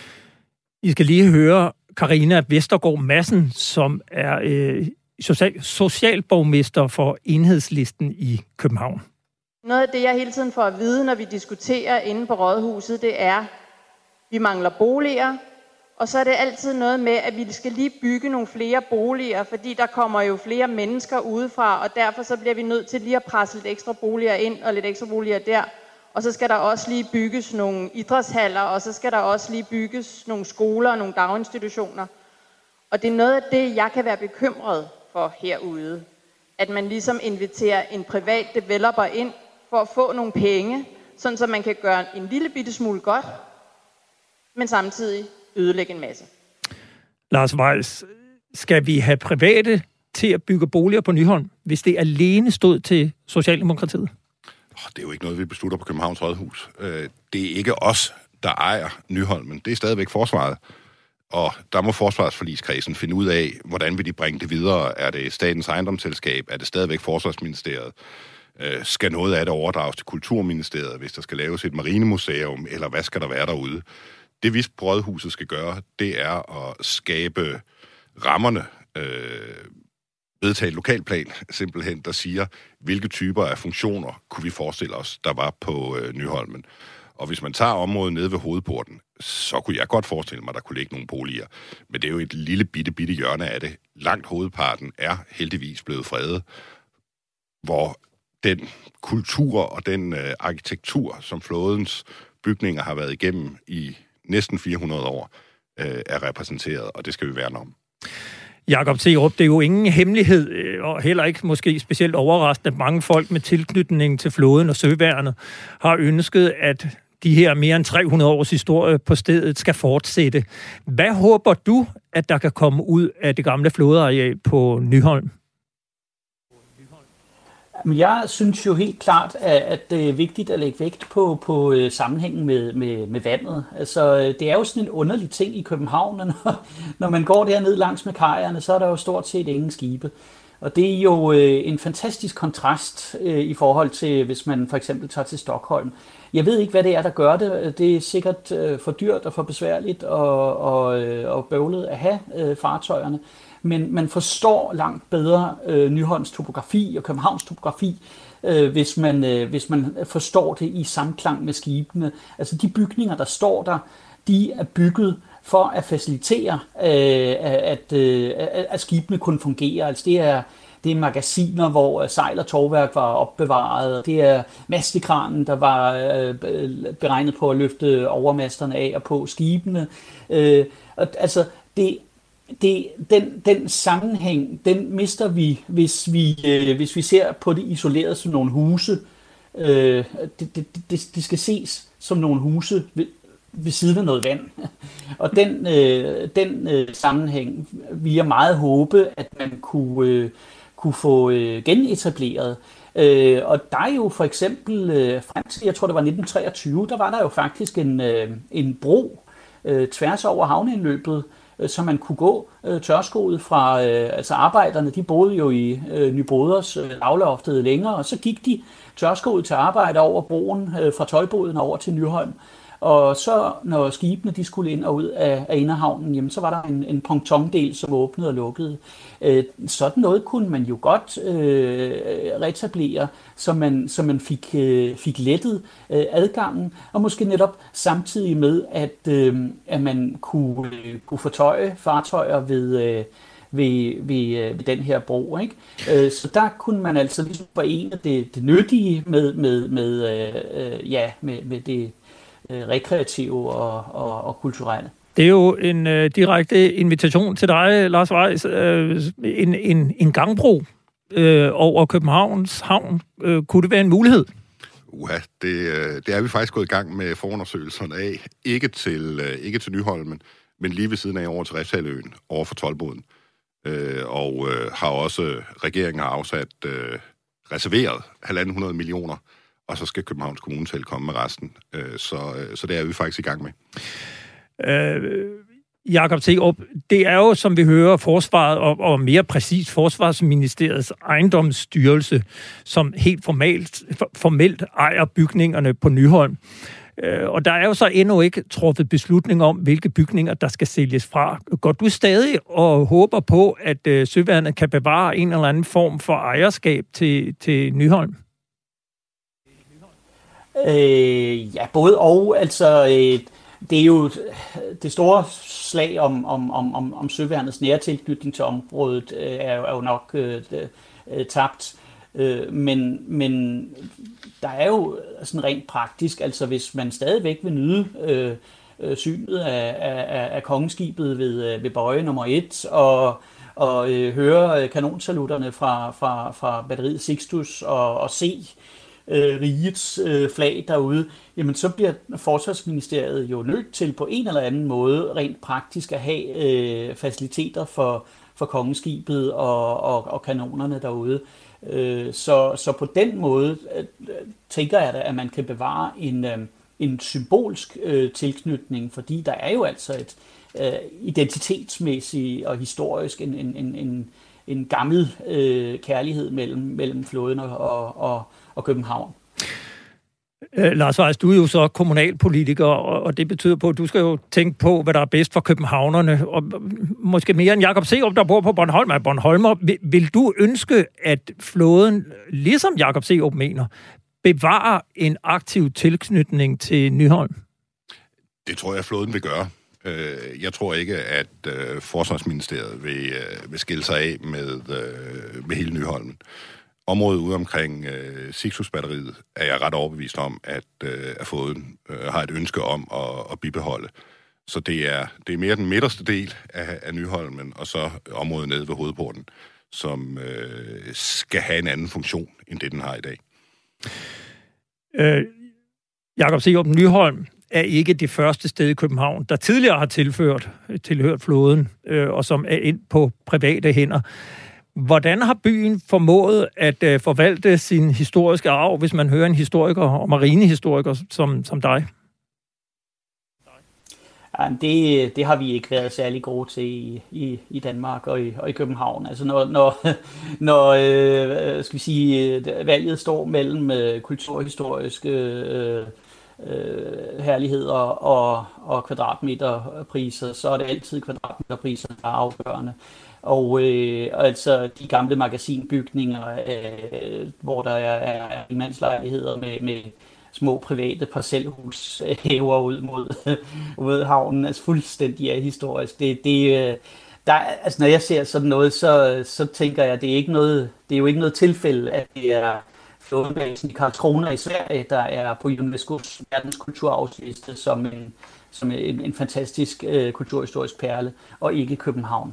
I skal lige høre Carina Vestergaard Madsen, som er øh, social, socialborgmester for Enhedslisten i København. Noget af det, jeg hele tiden får at vide, når vi diskuterer inde på Rådhuset, det er, at vi mangler boliger, og så er det altid noget med, at vi skal lige bygge nogle flere boliger, fordi der kommer jo flere mennesker udefra, og derfor så bliver vi nødt til lige at presse lidt ekstra boliger ind og lidt ekstra boliger der. Og så skal der også lige bygges nogle idrætshaller, og så skal der også lige bygges nogle skoler og nogle daginstitutioner. Og det er noget af det, jeg kan være bekymret for herude. At man ligesom inviterer en privat developer ind for at få nogle penge, sådan så man kan gøre en lille bitte smule godt, men samtidig ødelægge en masse. Lars Weiss, skal vi have private til at bygge boliger på Nyholm, hvis det alene stod til Socialdemokratiet? Det er jo ikke noget, vi beslutter på Københavns Rådhus. Det er ikke os, der ejer Nyholmen. Det er stadigvæk forsvaret. Og der må forsvarsforligskredsen finde ud af, hvordan vil de bringe det videre. Er det Statens Ejendomsselskab? Er det stadigvæk Forsvarsministeriet? Skal noget af det overdrages til Kulturministeriet, hvis der skal laves et marinemuseum? Eller hvad skal der være derude? Det vi på Rådhuset skal gøre, det er at skabe rammerne, øh, vedtage et lokalplan, simpelthen, der siger, hvilke typer af funktioner kunne vi forestille os, der var på øh, Nyholmen. Og hvis man tager området nede ved hovedporten, så kunne jeg godt forestille mig, at der kunne ligge nogle boliger. Men det er jo et lille bitte, bitte hjørne af det. Langt hovedparten er heldigvis blevet fredet, hvor den kultur og den øh, arkitektur, som flådens bygninger har været igennem i næsten fire hundrede år, øh, er repræsenteret, og det skal vi værne om. Jakob Seerup, det er jo ingen hemmelighed, og heller ikke måske specielt overraskende, at mange folk med tilknytning til flåden og søværnet har ønsket, at de her mere end tre hundrede års historie på stedet skal fortsætte. Hvad håber du, at der kan komme ud af det gamle flådeareal på Nyholm? Jeg synes jo helt klart, at det er vigtigt at lægge vægt på, på sammenhængen med, med, med vandet. Altså, det er jo sådan en underlig ting i København, når, når man går derned langs med kajerne, så er der jo stort set ingen skibe. Og det er jo en fantastisk kontrast i forhold til, hvis man for eksempel tager til Stockholm. Jeg ved ikke, hvad det er, der gør det. Det er sikkert for dyrt og for besværligt og, og, og bøvlet at have fartøjerne. Men man forstår langt bedre øh, Nyholms topografi og Københavns topografi, øh, hvis, man, øh, hvis man forstår det i samklang med skibene. Altså de bygninger, der står der, de er bygget for at facilitere, øh, at, øh, at skibene kunne fungere. Altså det er, det er magasiner, hvor sejl og tovværk var opbevaret. Det er mastekranen, der var øh, beregnet på at løfte overmasterne af og på skibene. Øh, altså det Det, den, den sammenhæng, den mister vi, hvis vi, øh, hvis vi ser på det isoleret som nogle huse. Øh, det, det, det, det skal ses som nogle huse ved, ved siden af noget vand. Og den, øh, den øh, sammenhæng vil jeg meget håbe, at man kunne, øh, kunne få øh, genetableret. Øh, og der er jo for eksempel, øh, frem til, jeg tror det var nitten treogtyve, der var der jo faktisk en, øh, en bro øh, tværs over havneindløbet, så man kunne gå øh, tørskoet fra, øh, altså arbejderne, de boede jo i øh, Nybroders øh, lavloftet længere, og så gik de tørskoet til arbejde over broen øh, fra Tøjboden over til Nyholm. Og så, når skibene de skulle ind og ud af, af Inderhavnen, jamen, så var der en, en pontondel, som åbnede og lukkede. Øh, sådan noget kunne man jo godt øh, retablere, så man, så man fik, øh, fik lettet øh, adgangen, og måske netop samtidig med, at, øh, at man kunne, øh, kunne fortøje fartøjer ved... Øh, Ved, ved, ved den her bro, ikke? Øh, så der kunne man altså ligesom forene det, det nyttige med, med, med, øh, ja, med, med det øh, rekreative og, og, og kulturelle. Det er jo en øh, direkte invitation til dig, Lars Weiss. Øh, en, en, en gangbro øh, over Københavns havn. Øh, kunne det være en mulighed? Uha, det, det er vi faktisk gået i gang med forundersøgelserne af. Ikke til, ikke til Nyholmen, men lige ved siden af over til Refshaløen, over for Toldboden. Øh, og øh, har også, regeringen har afsat, øh, reserveret halvanden hundrede millioner, og så skal Københavns Kommune selv komme med resten. Øh, så, øh, så det er vi faktisk i gang med. Øh, Jakob Seerup, det er jo, som vi hører, forsvaret, og, og mere præcis Forsvarsministeriets ejendomsstyrelse, som helt formelt, formelt ejer bygningerne på Nyholm. Og der er jo så endnu ikke truffet beslutning om, hvilke bygninger, der skal sælges fra. Går du stadig og håber på, at øh, Søværnet kan bevare en eller anden form for ejerskab til, til Nyholm? Øh, ja, både og. Altså, øh, det er jo det store slag om, om, om, om Søværnets nære tilknytning til området øh, er, jo, er jo nok øh, øh, tabt. Øh, men, men der er jo sådan rent praktisk, altså hvis man stadigvæk vil nyde øh, øh, synet af, af, af kongeskibet ved, ved bøje nummer et, og, og øh, høre kanonsalutterne fra, fra, fra batteriet Sixtus, og, og se øh, rigets øh, flag derude, jamen så bliver Forsvarsministeriet jo nødt til på en eller anden måde rent praktisk at have øh, faciliteter for, for kongeskibet og, og, og kanonerne derude. Så, så på den måde tænker jeg da, at man kan bevare en, en symbolsk øh, tilknytning, fordi der er jo altså et øh, identitetsmæssigt og historisk en, en, en, en gammel øh, kærlighed mellem, mellem flåden og, og, og København. Øh, Lars Weiss, du er jo så kommunalpolitiker, og det betyder på, at du skal jo tænke på, hvad der er bedst for københavnerne, og måske mere end Jakob Seerup, der bor på Bornholm, er Bornholmer. Vil, vil du ønske, at flåden, ligesom Jakob Seerup mener, bevarer en aktiv tilknytning til Nyholm? Det tror jeg, at flåden vil gøre. Jeg tror ikke, at Forsvarsministeriet vil, vil skille sig af med, med hele Nyholmen. Området ude omkring øh, Sixtus-batteriet er jeg ret overbevist om, at, øh, at flåden øh, har et ønske om at, at bibeholde. Så det er, det er mere den midterste del af, af Nyholmen, og så området nede ved hovedporten, som øh, skal have en anden funktion, end det den har i dag. Øh, Jakob Seerup, Nyholm er ikke det første sted i København, der tidligere har tilført, tilhørt flåden, øh, og som er ind på private hænder. Hvordan har byen formået at øh, forvalte sin historiske arv, hvis man hører en historiker og marinehistoriker som, som dig? Ja, det, det har vi ikke været særlig gode til i, i, i Danmark og i, og i København. Altså når, når, når øh, skal vi sige, valget står mellem øh, kulturhistoriske øh, øh, herligheder og, og kvadratmeterpriser, så er det altid kvadratmeterpriser, der er afgørende. Og øh, altså de gamle magasinbygninger, øh, hvor der er, er mandslejligheder med, med små private parcelhus øh, hæver ud mod, mod havnen, altså fuldstændig er historisk. Det, det, øh, der, altså når jeg ser sådan noget, så, så tænker jeg, at det er ikke noget, det er jo ikke noget tilfælde, at det er flådebasen i Karlskrona i Sverige, der er på UNESCO's verdenskulturarvsliste som en, som en, en fantastisk øh, kulturhistorisk perle, og ikke København.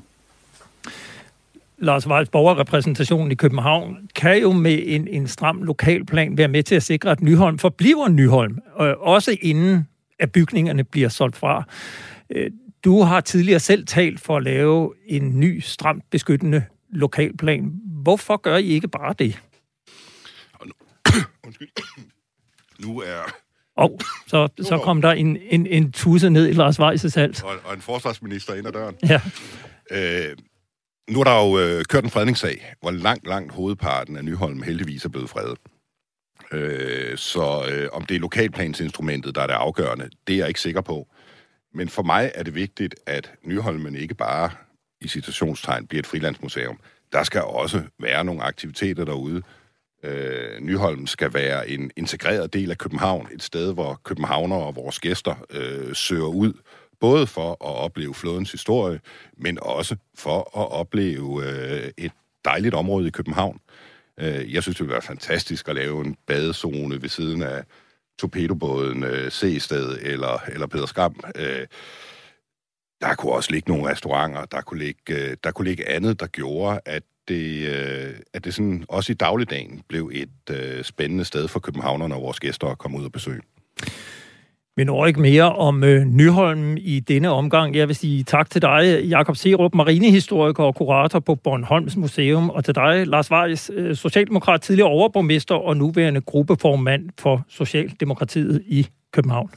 Lars Weiss, borgerrepræsentationen i København kan jo med en, en stram lokalplan være med til at sikre, at Nyholm forbliver Nyholm, øh, også inden at bygningerne bliver solgt fra. Øh, du har tidligere selv talt for at lave en ny, stramt beskyttende lokalplan. Hvorfor gør I ikke bare det? Undskyld. Nu er... Og oh, så, så kom der en, en, en tusse ned i Lars Weiss' hals. Og, og en forsvarsminister ind ad døren. Ja. Øh, nu er der jo øh, kørt en fredningssag, hvor langt, langt hovedparten af Nyholm heldigvis er blevet fredet. Øh, så øh, om det er lokalplansinstrumentet, der er det afgørende, det er jeg ikke sikker på. Men for mig er det vigtigt, at Nyholmen ikke bare i citationstegn bliver et frilandsmuseum. Der skal også være nogle aktiviteter derude. Øh, Nyholm skal være en integreret del af København, et sted, hvor københavnere og vores gæster øh, søger ud, både for at opleve flådens historie, men også for at opleve øh, et dejligt område i København. Øh, jeg synes, det ville være fantastisk at lave en badezone ved siden af torpedobåden øh, Seested eller, eller Pederskam. Øh, der kunne også ligge nogle restauranter, der kunne ligge, øh, der kunne ligge andet, der gjorde, at det, øh, at det sådan, også i dagligdagen blev et øh, spændende sted for københavnerne og vores gæster at komme ud og besøge. Vi når ikke mere om øh, Nyholm i denne omgang. Jeg vil sige tak til dig, Jakob Serup, marinehistoriker og kurator på Bornholms Museum, og til dig, Lars Weiss, øh, socialdemokrat, tidligere overborgmester og nuværende gruppeformand for Socialdemokratiet i København.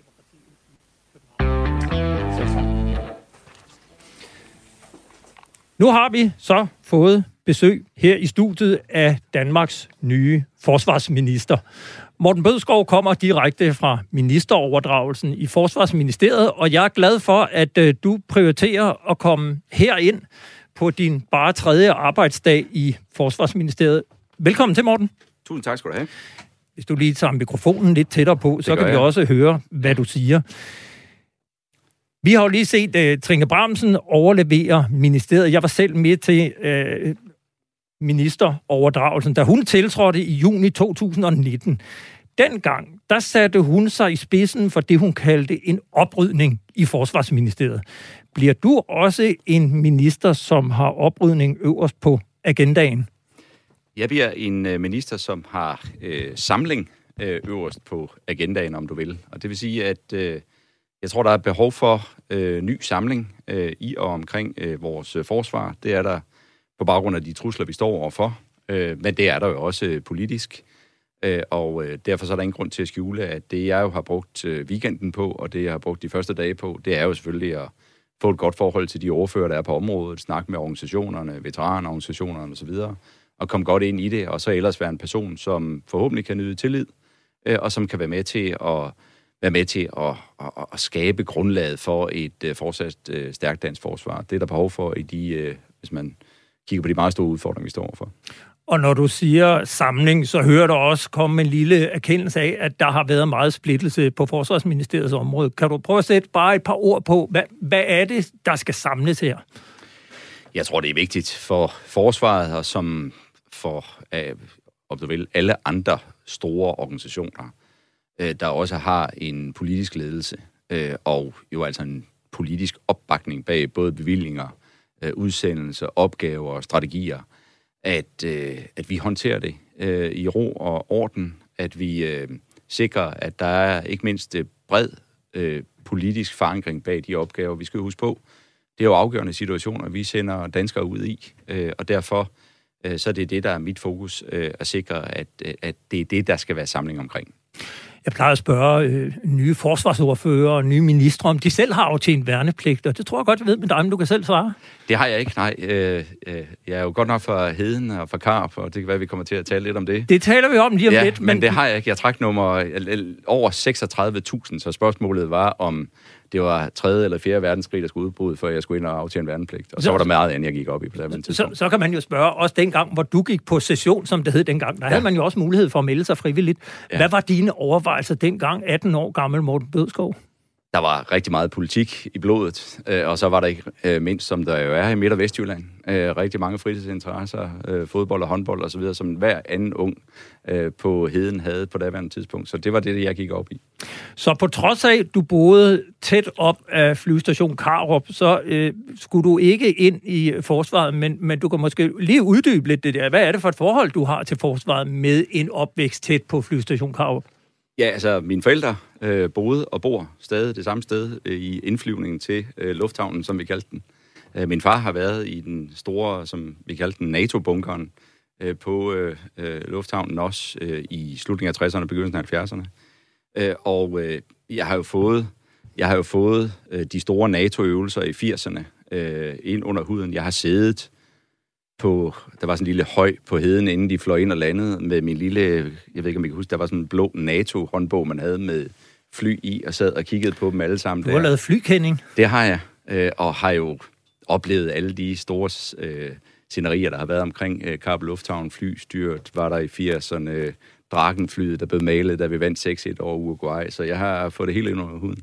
Nu har vi så fået besøg her i studiet af Danmarks nye forsvarsminister. Morten Bødskov kommer direkte fra ministeroverdragelsen i Forsvarsministeriet, og jeg er glad for, at du prioriterer at komme herind på din bare tredje arbejdsdag i Forsvarsministeriet. Velkommen til, Morten. Tusind tak skal du have. Hvis du lige tager mikrofonen lidt tættere på, det så kan vi jeg. også høre, hvad du siger. Vi har jo lige set uh, Trine Bramsen overlevere ministeriet. Jeg var selv med til uh, ministeroverdragelsen, da hun tiltrådte i juni to tusind nitten. Dengang, der satte hun sig i spidsen for det, hun kaldte en oprydning i Forsvarsministeriet. Bliver du også en minister, som har oprydning øverst på agendaen? Jeg bliver en minister, som har øh, samling øh, øverst på agendaen, om du vil. Og det vil sige, at øh, jeg tror, der er behov for øh, ny samling øh, i og omkring øh, vores øh, forsvar. Det er der på baggrund af de trusler, vi står overfor. Øh, men det er der jo også øh, politisk. Øh, og øh, derfor så er der ingen grund til at skjule, at det, jeg jo har brugt øh, weekenden på, og det, jeg har brugt de første dage på, det er jo selvfølgelig at få et godt forhold til de ordfører, der er på området, snakke med organisationerne, veteranorganisationerne osv., og komme godt ind i det, og så ellers være en person, som forhåbentlig kan nyde tillid, øh, og som kan være med til at være med til at, at, at skabe grundlaget for et uh, fortsat uh, stærkt dansk forsvar. Det er der behov for, i de, uh, hvis man kigger på de meget store udfordringer, vi står overfor. Og når du siger samling, så hører du også komme en lille erkendelse af, at der har været meget splittelse på Forsvarsministeriets område. Kan du prøve at sætte bare et par ord på, hvad, hvad er det, der skal samles her? Jeg tror, det er vigtigt for forsvaret, og som for uh, om du vil, alle andre store organisationer, der også har en politisk ledelse, øh, og jo altså en politisk opbakning bag både bevillinger, øh, udsendelser, opgaver og strategier, at, øh, at vi håndterer det øh, i ro og orden, at vi øh, sikrer, at der er ikke mindst bred øh, politisk forankring bag de opgaver, vi skal huske på. Det er jo afgørende situationer, vi sender danskere ud i, øh, og derfor øh, så er det det, der er mit fokus, øh, at sikre, at, at det er det, der skal være samling omkring. Jeg plejer at spørge øh, nye forsvarsordfører og nye ministre, om de selv har aftjent værnepligt, og det tror jeg godt, jeg ved med dig, men du kan selv svare. Det har jeg ikke, nej. Øh, øh, jeg er jo godt nok fra Heden og fra Karp, og det kan være, vi kommer til at tale lidt om det. Det taler vi om lige om ja, lidt. Men... men det har jeg ikke. Jeg trak nummer over seksogtredive tusind, så spørgsmålet var, om det var tredje eller fjerde verdenskrig, der skulle udbryde, før jeg skulle ind og aftjene værnepligt. Og så, så var der meget andet, jeg gik op i på det så, så kan man jo spørge, også dengang, hvor du gik på session, som det hed dengang, der ja. havde man jo også mulighed for at melde sig frivilligt. Ja. Hvad var dine overvejelser dengang, atten år gammel Morten Bødskov? Der var rigtig meget politik i blodet, og så var der ikke mindst, som der jo er i Midt- og Vestjylland, rigtig mange fritidsinteresser, fodbold og håndbold osv., som hver anden ung på Heden havde på daværende tidspunkt. Så det var det, jeg gik op i. Så på trods af, at du boede tæt op af flyvestation Karup, så øh, skulle du ikke ind i forsvaret, men, men du kan måske lige uddybe lidt det der. Hvad er det for et forhold, du har til forsvaret med en opvækst tæt på flyvestation Karup? Ja, altså mine forældre øh, boede og bor stadig det samme sted øh, i indflyvningen til øh, lufthavnen, som vi kaldte den. Øh, min far har været i den store, som vi kaldte den, NATO-bunkeren øh, på øh, øh, lufthavnen også øh, i slutningen af tresserne og begyndelsen af halvfjerdserne. Øh, og øh, jeg har jo fået, jeg har jo fået øh, de store NATO-øvelser i firserne øh, ind under huden. Jeg har siddet på, der var sådan en lille høj på Heden, inden de fløj ind og landede med min lille, jeg ved ikke, om I kan huske, der var sådan en blå NATO-håndbog, man havde med fly i, og sad og kiggede på dem alle sammen. Du har der. lavet flykending. Det har jeg, øh, og har jo oplevet alle de store øh, scenarier, der har været omkring øh, Karup Lufthavn, flystyrt, var der i firserne, øh, Drakenflyet, der blev malet, da vi vandt seks et over Uruguay, så jeg har fået det hele ind under huden.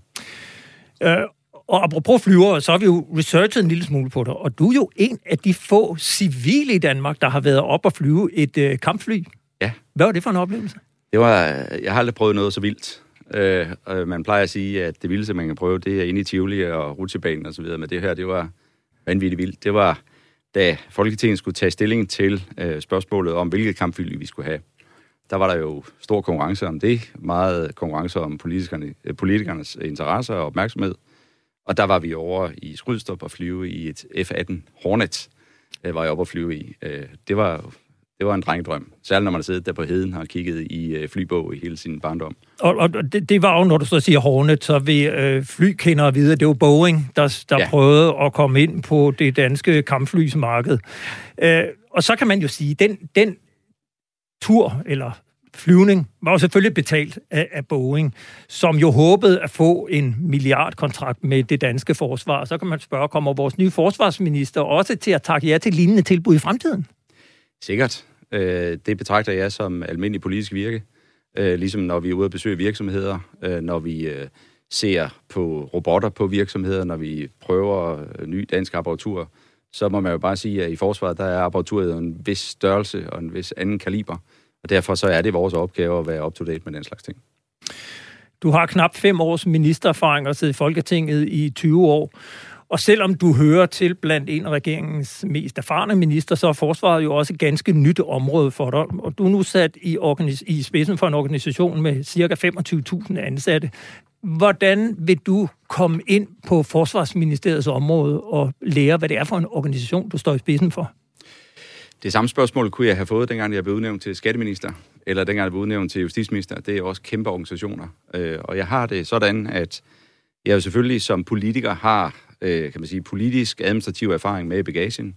Øh. Og apropos flyver, så har vi jo researchet en lille smule på dig, og du er jo en af de få civile i Danmark, der har været op og flyve et øh, kampfly. Ja. Hvad var det for en oplevelse? Det var, jeg har aldrig prøvet noget så vildt. Øh, øh, man plejer at sige, at det vildeste, man kan prøve, det er inde i Tivoli og rutsjebanen og så videre, men det her, det var vanvittigt vildt. Det var, da Folketinget skulle tage stilling til øh, spørgsmålet om, hvilket kampfly vi skulle have. der var der jo stor konkurrence om det, meget konkurrence om politikerne, politikernes interesse og opmærksomhed. Og der var vi over i Skrydstrup og flyve i et F atten Hornet, øh, var jeg oppe at flyve i. Øh, det var det var en drengedrøm, særligt når man har siddet der på heden og kigget i øh, flybog i hele sin barndom. Og, og det, det var jo, når du så siger Hornet, så vil øh, flykendere vide, at det var Boeing, der, der ja. prøvede at komme ind på det danske kampflysmarked. Øh, og så kan man jo sige, den, den tur, eller flyvning, var jo selvfølgelig betalt af, af Boeing, som jo håbede at få en milliardkontrakt med det danske forsvar. Så kan man spørge, kommer vores nye forsvarsminister også til at takke ja til lignende tilbud i fremtiden? Sikkert. Det betragter jeg som almindelig politisk virke. Ligesom når vi er ude at besøge virksomheder, når vi ser på robotter på virksomheder, når vi prøver ny dansk apparatur, så må man jo bare sige, at i forsvaret der er apparaturet en vis størrelse og en vis anden kaliber. Og derfor så er det vores opgave at være up-to-date med den slags ting. Du har knap fem års ministererfaring og siddet i Folketinget i tyve år. Og selvom du hører til blandt en af regeringens mest erfarne minister, så er forsvaret jo også et ganske nyt område for dig. Og du er nu sat i, organis- i spidsen for en organisation med cirka femogtyve tusind ansatte. Hvordan vil du komme ind på Forsvarsministeriets område og lære, hvad det er for en organisation, du står i spidsen for? Det samme spørgsmål kunne jeg have fået, dengang jeg blev udnævnt til skatteminister, eller dengang jeg blev udnævnt til justitsminister. Det er også kæmpe organisationer. Og jeg har det sådan, at jeg jo selvfølgelig som politiker har, kan man sige, politisk administrativ erfaring med i bagagen.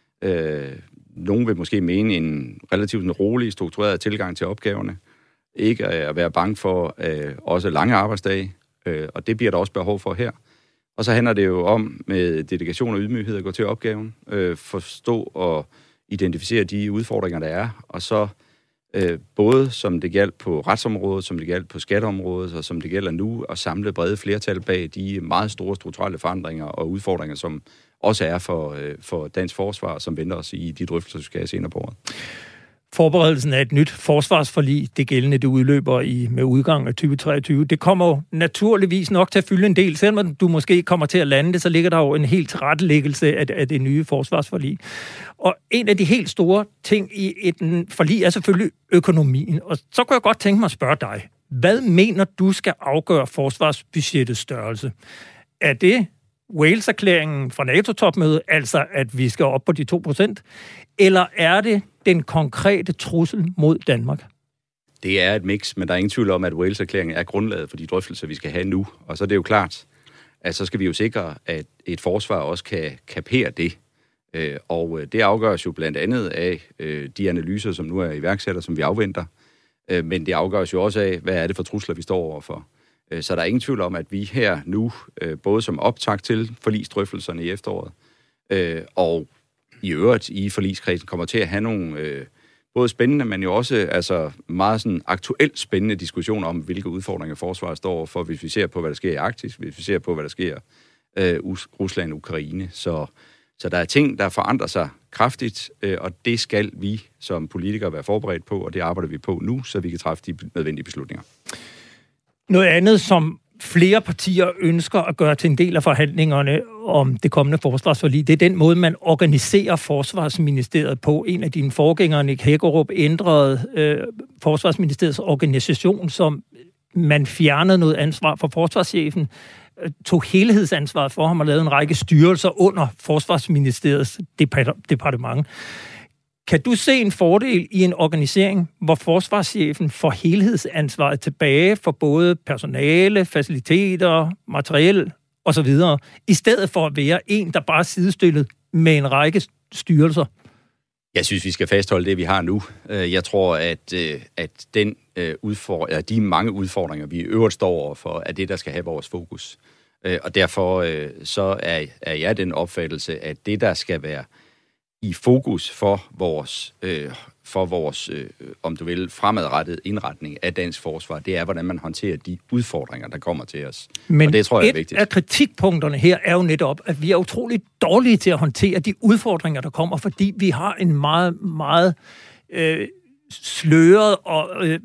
Nogle vil måske mene en relativt rolig, struktureret tilgang til opgaverne. Ikke at være bange for også lange arbejdsdage, og det bliver der også behov for her. Og så handler det jo om med dedikation og ydmyghed at gå til opgaven, forstå og identificere de udfordringer, der er, og så øh, både som det gælder på retsområdet, som det gælder på skatteområdet, og som det gælder nu, at samle brede flertal bag de meget store strukturelle forandringer og udfordringer, som også er for, øh, for dansk forsvar, som venter os i de drøftelser, vi skal have senere på året. Forberedelsen af et nyt forsvarsforlig, det gældende, det udløber i med udgang af tyve treogtyve. Det kommer jo naturligvis nok til at fylde en del. Selvom du måske kommer til at lande det, så ligger der jo en helt tilrettelæggelse af, af det nye forsvarsforlig. Og en af de helt store ting i et forlig er selvfølgelig økonomien. Og så kunne jeg godt tænke mig at spørge dig. Hvad mener du skal afgøre forsvarsbudgettets størrelse? Er det Wales-erklæringen fra NATO-topmødet, altså at vi skal op på de to procent, eller er det den konkrete trussel mod Danmark? Det er et mix, men der er ingen tvivl om, at Wales-erklæringen er grundlaget for de drøftelser, vi skal have nu. Og så er det jo klart, at så skal vi jo sikre, at et forsvar også kan kapere det. Og det afgøres jo blandt andet af de analyser, som nu er iværksætter, som vi afventer. Men det afgøres jo også af, hvad er det for trusler, vi står overfor. Så der er ingen tvivl om, at vi her nu, både som optakt til forligsdrøftelserne i efteråret, og i øvrigt i forligskredsen, kommer til at have nogle både spændende, men jo også altså meget sådan aktuelt spændende diskussioner om, hvilke udfordringer forsvaret står overfor, hvis vi ser på, hvad der sker i Arktis, hvis vi ser på, hvad der sker i Rusland og Ukraine. Så, så der er ting, der forandrer sig kraftigt, og det skal vi som politikere være forberedt på, og det arbejder vi på nu, så vi kan træffe de nødvendige beslutninger. Noget andet, som flere partier ønsker at gøre til en del af forhandlingerne om det kommende forsvarsforlig, det er den måde, man organiserer Forsvarsministeriet på. En af dine forgængere, Nick Hækkerup, ændrede øh, Forsvarsministeriets organisation, som man fjernede noget ansvar for forsvarschefen, øh, tog helhedsansvaret for ham og lavede en række styrelser under Forsvarsministeriets departement. Kan du se en fordel i en organisering, hvor forsvarschefen får helhedsansvaret tilbage for både personale, faciliteter, materiel osv., i stedet for at være en, der bare er sidestillet med en række styrelser? Jeg synes, vi skal fastholde det, vi har nu. Jeg tror, at, at den udfordring, de mange udfordringer, vi i øvrigt står overfor, er det, der skal have vores fokus. Og derfor så er, er jeg den opfattelse, at det, der skal være i fokus for vores, øh, for vores øh, om du vil, fremadrettet indretning af dansk forsvar, det er, hvordan man håndterer de udfordringer, der kommer til os. Men og det tror jeg er vigtigt. Et af kritikpunkterne her er jo netop, at vi er utroligt dårlige til at håndtere de udfordringer, der kommer, fordi vi har en meget, meget øh, sløret og øh,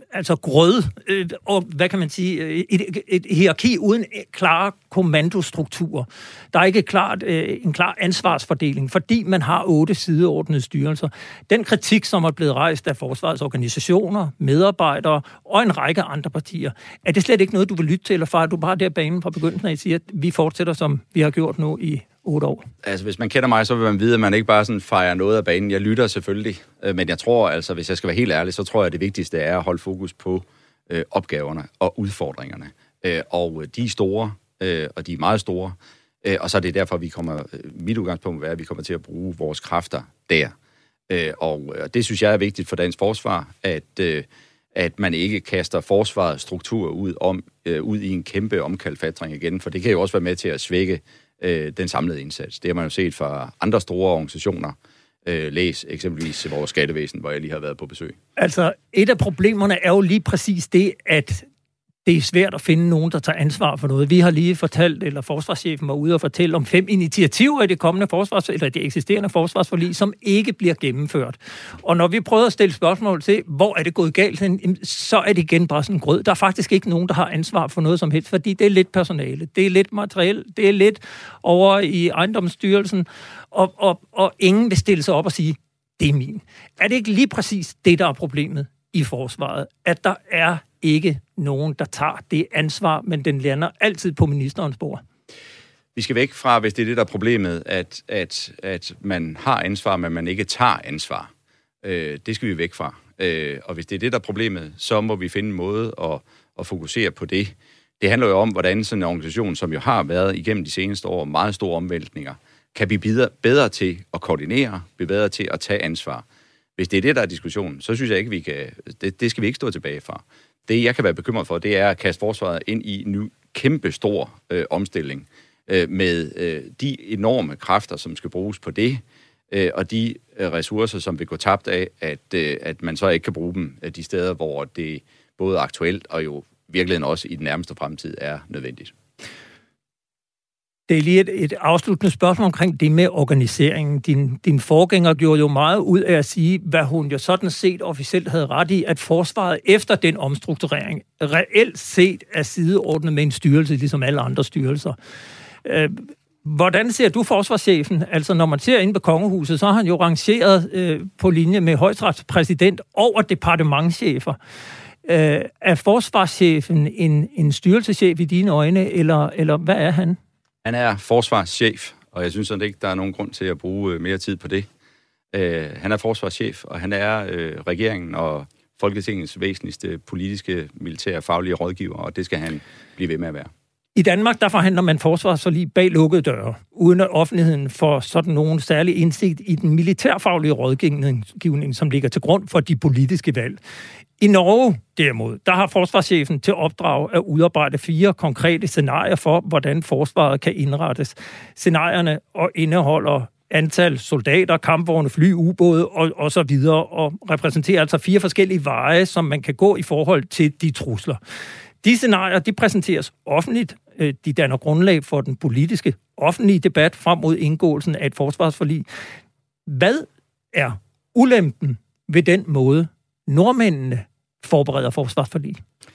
altså grød, øh, og hvad kan man sige, et, et hierarki uden klare kommandostrukturer. Der er ikke klart, øh, en klar ansvarsfordeling, fordi man har otte sideordnede styrelser. Den kritik, som er blevet rejst af forsvarets organisationer, medarbejdere og en række andre partier, er det slet ikke noget, du vil lytte til, eller far, du bare der banen fra begyndelsen af siger, at vi fortsætter, som vi har gjort nu i otte år? Altså, hvis man kender mig, så vil man vide, at man ikke bare sådan fejrer noget af banen. Jeg lytter selvfølgelig, men jeg tror, altså, hvis jeg skal være helt ærlig, så tror jeg, at det vigtigste er at holde fokus på øh, opgaverne og udfordringerne. Øh, og de er store, øh, og de er meget store, øh, og så er det derfor, at vi kommer, mit udgangspunkt er, at vi kommer til at bruge vores kræfter der. Øh, og det synes jeg er vigtigt for dansk forsvar, at, øh, at man ikke kaster forsvarets struktur ud, om, øh, ud i en kæmpe omkalfatring igen, for det kan jo også være med til at svække øh, den samlede indsats. Det har man jo set fra andre store organisationer. Øh, læs eksempelvis vores skattevæsen, hvor jeg lige har været på besøg. Altså, et af problemerne er jo lige præcis det, at det er svært at finde nogen, der tager ansvar for noget. Vi har lige fortalt, eller forsvarschefen var ude og fortælle om fem initiativer i det kommende forsvars, eller det eksisterende forsvarsforlig, som ikke bliver gennemført. Og når vi prøver at stille spørgsmål til, hvor er det gået galt, så er det igen bare sådan en grød. Der er faktisk ikke nogen, der har ansvar for noget som helst, fordi det er lidt personale, det er lidt materiel, det er lidt over i ejendomsstyrelsen, og, og, og ingen vil stille sig op og sige, det er min. Er det ikke lige præcis det, der er problemet i forsvaret? At der er ikke nogen, der tager det ansvar, men den lander altid på ministerens bord. Vi skal væk fra, hvis det er det, der er problemet, at, at, at man har ansvar, men man ikke tager ansvar. Øh, det skal vi væk fra. Øh, og hvis det er det, der er problemet, så må vi finde en måde at, at fokusere på det. Det handler jo om, hvordan sådan en organisation, som jo har været igennem de seneste år meget store omvæltninger, kan blive bedre, bedre til at koordinere, blive bedre til at tage ansvar. Hvis det er det, der er diskussionen, så synes jeg ikke, vi kan. Det, det skal vi ikke stå tilbage fra. Det, jeg kan være bekymret for, det er at kaste forsvaret ind i en ny, kæmpe stor øh, omstilling øh, med øh, de enorme kræfter, som skal bruges på det, øh, og de øh, ressourcer, som vil gå tabt af, at, øh, at man så ikke kan bruge dem øh, de steder, hvor det både aktuelt og jo virkelig også i den nærmeste fremtid er nødvendigt. Det er lige et, et afsluttende spørgsmål omkring det med organiseringen. Din, din forgænger gjorde jo meget ud af at sige, hvad hun jo sådan set officielt havde ret i, at forsvaret efter den omstrukturering reelt set er sideordnet med en styrelse, ligesom alle andre styrelser. Øh, hvordan ser du forsvarschefen? Altså, når man ser inde på kongehuset, så har han jo rangeret øh, på linje med højesterets over departementschefer. Øh, er forsvarschefen en, en styrelseschef i dine øjne, eller, eller hvad er han? Han er forsvarschef, og jeg synes sådan ikke, der er nogen grund til at bruge mere tid på det. Uh, han er forsvarschef, og han er uh, regeringen og Folketingets væsentligste politiske, militære, faglige rådgiver, og det skal han blive ved med at være. I Danmark, der forhandler man forsvarsforlig bag lukkede døre, uden at offentligheden får sådan nogen særlig indsigt i den militærfaglige rådgivning, som ligger til grund for de politiske valg. I Norge, derimod, der har forsvarschefen til opdrag at udarbejde fire konkrete scenarier for, hvordan forsvaret kan indrettes. Scenarierne og indeholder antal soldater, kampvogne, fly, ubåde og, og så videre, og repræsenterer altså fire forskellige veje, som man kan gå i forhold til de trusler. De scenarier, de præsenteres offentligt. De danner grundlag for den politiske offentlige debat frem mod indgåelsen af et forsvarsforlig. Hvad er ulempen ved den måde, nordmændene forbereder forsvarsforlig?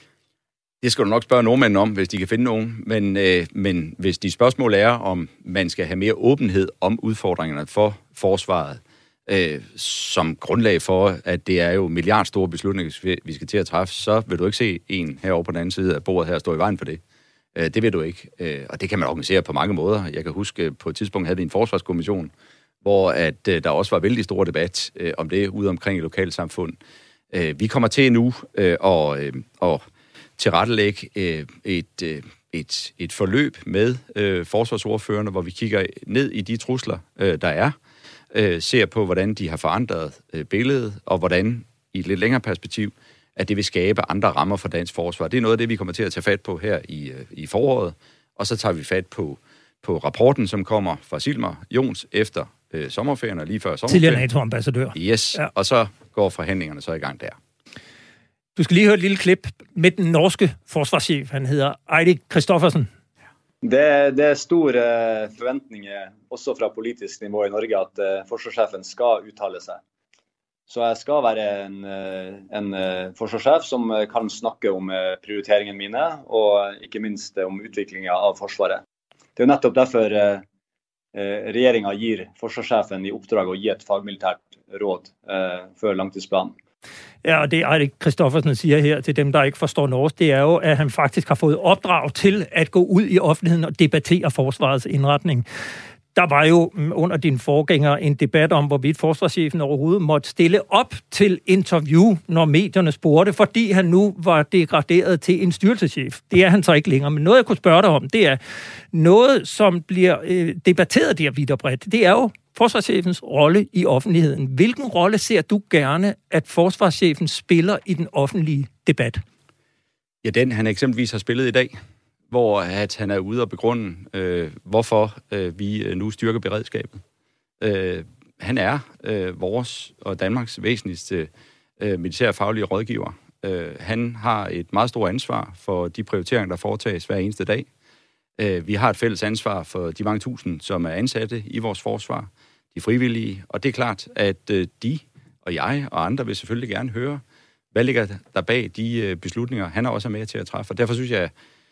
Det skal du nok spørge nordmændene om, hvis de kan finde nogen. Men, øh, men hvis de spørgsmål er, om man skal have mere åbenhed om udfordringerne for forsvaret, øh, som grundlag for, at det er jo milliardstore beslutninger, vi skal til at træffe, så vil du ikke se en herovre på den anden side af bordet her stå i vejen for det. Øh, det vil du ikke. Øh, og det kan man organisere på mange måder. Jeg kan huske, på et tidspunkt havde vi en forsvarskommission, hvor at, øh, der også var vældig stor debat øh, om det ude omkring i lokalsamfund. Øh, vi kommer til nu øh, og, øh, og tilrettelægge øh, et, øh, et, et forløb med øh, forsvarsordførerne, hvor vi kigger ned i de trusler, øh, der er, øh, ser på, hvordan de har forandret øh, billedet, og hvordan i et lidt længere perspektiv, at det vil skabe andre rammer for dansk forsvar. Det er noget af det, vi kommer til at tage fat på her i, øh, i foråret, og så tager vi fat på, på rapporten, som kommer fra Silmar Jons efter øh, sommerferien og lige før sommerferien. Tidligere NATO-ambassadør. Yes, ja. Og så går forhandlingerne så i gang der. Du skal lige høre et lille klip med den norske forsvarschef. Han hedder Eirik Kristoffersen. Det, det er store forventninger, også fra politisk nivå i Norge, at uh, forsvarssjefen skal uttale sig. Så jeg skal være en, en forsvarssjef som kan snakke om prioriteringene mine, og ikke minst om utviklingen av Forsvaret. Det er jo nettopp derfor regjeringen gir forsvarssjefen i oppdrag å gi et fagmilitært råd før langtidsplanen. Ja, og det Eirik Kristoffersen siger her til dem, der ikke forstår norsk, det er jo, at han faktisk har fået opdrag til at gå ud i offentligheden og debattere forsvarets indretning. Der var jo under din forgænger en debat om, hvorvidt forsvarschefen overhovedet måtte stille op til interview, når medierne spurgte, fordi han nu var degraderet til en styrelseschef. Det er han så ikke længere. Men noget, jeg kunne spørge dig om, det er noget, som bliver øh, debatteret der vidt og bredt. Det er jo forsvarschefens rolle i offentligheden. Hvilken rolle ser du gerne, at forsvarschefen spiller i den offentlige debat? Ja, den han eksempelvis har spillet i dag, hvor at han er ude og begrunde, øh, hvorfor øh, vi nu styrker beredskabet. Øh, han er øh, vores og Danmarks væsentligste øh, militærfaglige rådgiver. Øh, han har et meget stort ansvar for de prioriteringer, der foretages hver eneste dag. Øh, vi har et fælles ansvar for de mange tusind, som er ansatte i vores forsvar, de frivillige, og det er klart, at øh, de og jeg og andre vil selvfølgelig gerne høre, hvad ligger der bag de øh, beslutninger, han er også med til at træffe. Og derfor synes jeg,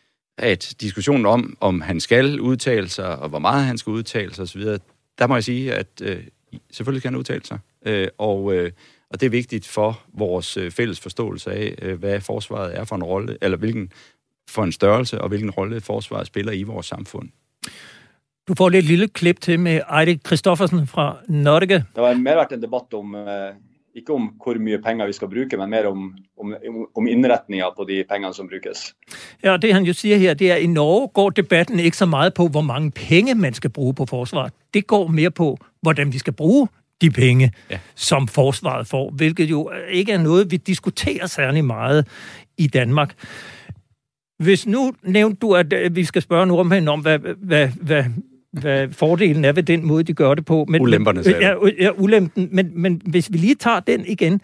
at diskussionen om, om han skal udtale sig, og hvor meget han skal udtale sig osv., der må jeg sige, at øh, selvfølgelig skal han udtale sig. Øh, og, øh, og det er vigtigt for vores øh, fælles forståelse af, øh, hvad forsvaret er for en rolle, eller hvilken for en størrelse, og hvilken rolle forsvaret spiller i vores samfund. Du får lidt lille klip til med Eirik Kristoffersen fra Norge. Det har mere vært en debatt om, ikke om hvor mye penger vi skal bruke, men mere om, om, om indretninger på de pengene, som brukes. Ja, det han jo siger her, det er, at i Norge går debatten ikke så meget på, hvor mange penge man skal bruge på forsvaret. Det går mere på, hvordan vi skal bruge de penge, ja, som forsvaret får, hvilket jo ikke er noget, vi diskuterer særlig meget i Danmark. Hvis nu nævnte du, at vi skal spørge nu om, om hvad, hvad, hvad, hvad fordelen er ved den måde, de gør det på. Men, Ulemperne, sagde ja, ja, ulempen. Men, men hvis vi lige tager den igen.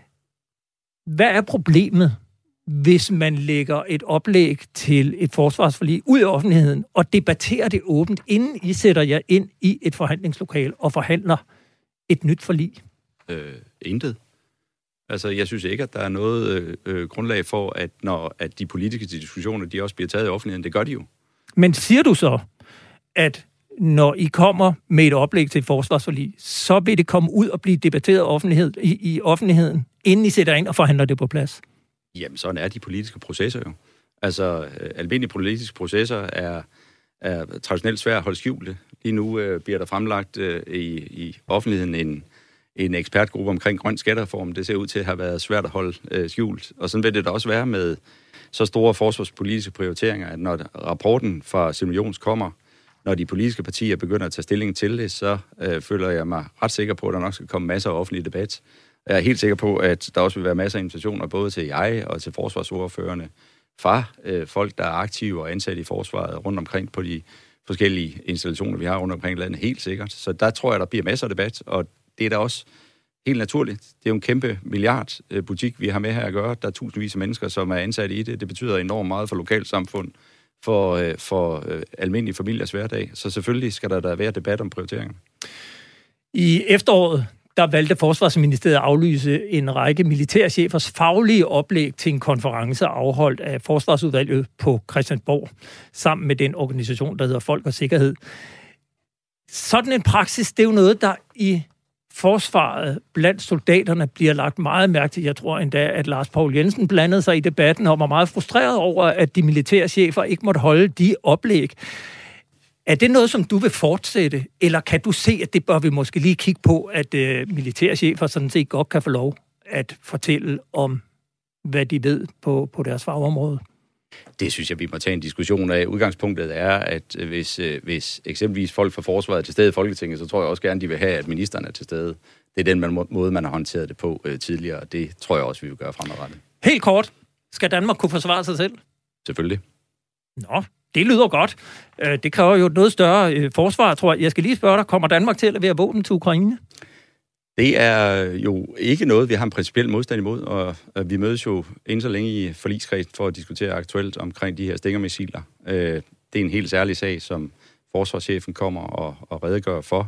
Hvad er problemet, hvis man lægger et oplæg til et forsvarsforlig ud i offentligheden og debatterer det åbent, inden I sætter jer ind i et forhandlingslokale og forhandler et nyt forlig? Øh, intet. Altså, jeg synes ikke, at der er noget øh, grundlag for, at når at de politiske diskussioner, de også bliver taget i offentligheden. Det gør de jo. Men siger du så, at når I kommer med et oplæg til et forsvarsforlig, så vil det komme ud og blive debatteret offentlighed, i, i offentligheden, inden I sætter ind og forhandler det på plads? Jamen, sådan er de politiske processer jo. Altså, øh, almindelige politiske processer er, er traditionelt svært at holde skjulte. Lige nu øh, bliver der fremlagt øh, i, i offentligheden en en ekspertgruppe omkring grøn skattereform. Det ser ud til at have været svært at holde øh, skjult. Og sådan vil det da også være med så store forsvarspolitiske prioriteringer, at når rapporten fra Simons kommer, når de politiske partier begynder at tage stilling til det, så øh, føler jeg mig ret sikker på, at der nok skal komme masser af offentlig debat. Jeg er helt sikker på, at der også vil være masser af invitationer, både til jeg og til forsvarsordførerne, fra øh, folk, der er aktive og ansat i forsvaret rundt omkring på de forskellige installationer, vi har rundt omkring i landet, helt sikkert. Så der tror jeg, der bliver masser af debat, og det er da også helt naturligt. Det er jo en kæmpe milliardbutik, vi har med her at gøre. Der er tusindvis af mennesker, som er ansat i det. Det betyder enormt meget for lokalsamfund, for, for almindelige familiers hverdag. Så selvfølgelig skal der da være debat om prioriteringer. I efteråret, der valgte Forsvarsministeriet at aflyse en række militærchefers faglige oplæg til en konference afholdt af Forsvarsudvalget på Christiansborg, sammen med den organisation, der hedder Folk og Sikkerhed. Sådan en praksis, det er jo noget, der i forsvaret blandt soldaterne bliver lagt meget mærke til. Jeg tror endda, at Lars Poul Jensen blandede sig i debatten og var meget frustreret over, at de militære chefer ikke måtte holde de oplæg. Er det noget, som du vil fortsætte, eller kan du se, at det bør vi måske lige kigge på, at øh, militære chefer sådan set godt kan få lov at fortælle om, hvad de ved på, på deres fagområde? Det synes jeg, vi må tage en diskussion af. Udgangspunktet er, at hvis, hvis eksempelvis folk fra forsvaret er til stede i Folketinget, så tror jeg også gerne, de vil have, at ministeren er til stede. Det er den man, måde, man har håndteret det på øh, tidligere, og det tror jeg også, vi vil gøre fremadrettet. Helt kort. Skal Danmark kunne forsvare sig selv? Selvfølgelig. Nå, det lyder godt. Det kræver jo et noget større forsvar, tror jeg. Jeg skal lige spørge dig, kommer Danmark til at levere våben til Ukraine? Det er jo ikke noget, vi har en principiel modstand imod, og vi mødes jo inden så længe i forligskredsen for at diskutere aktuelt omkring de her Stinger-missiler. Det er en helt særlig sag, som forsvarschefen kommer og, og redegør for.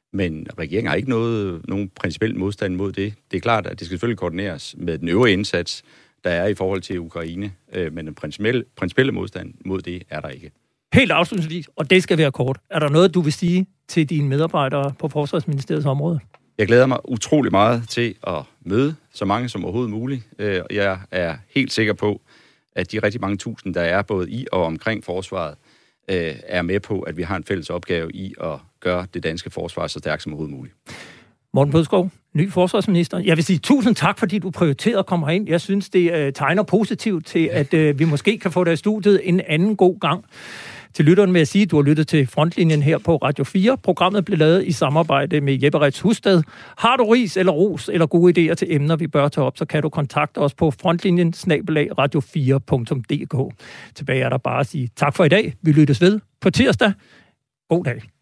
Men regeringen har ikke noget, nogen principiel modstand mod det. Det er klart, at det skal selvfølgelig koordineres med den øvrige indsats, der er i forhold til Ukraine. Men den principielle, principielle modstand mod det er der ikke. Helt afslutningsvis, og det skal være kort. Er der noget, du vil sige til dine medarbejdere på Forsvarsministeriets område? Jeg glæder mig utrolig meget til at møde så mange som overhovedet muligt. Jeg er helt sikker på, at de rigtig mange tusind, der er både i og omkring forsvaret, er med på, at vi har en fælles opgave i at gøre det danske forsvar så stærkt som overhovedet muligt. Morten Bødskov, ny forsvarsminister. Jeg vil sige tusind tak, fordi du prioriterede at komme herind. Jeg synes, det uh, tegner positivt til, at uh, vi måske kan få dig i studiet en anden god gang. Til lytteren vil jeg sige, at du har lyttet til Frontlinjen her på Radio fire. Programmet blev lavet i samarbejde med Jeppe Retz Husted. Har du ris eller ros eller gode idéer til emner, vi bør tage op, så kan du kontakte os på frontlinjen snabel-a radio fire punktum d k. Tilbage er der bare at sige tak for i dag. Vi lyttes ved på tirsdag. God dag.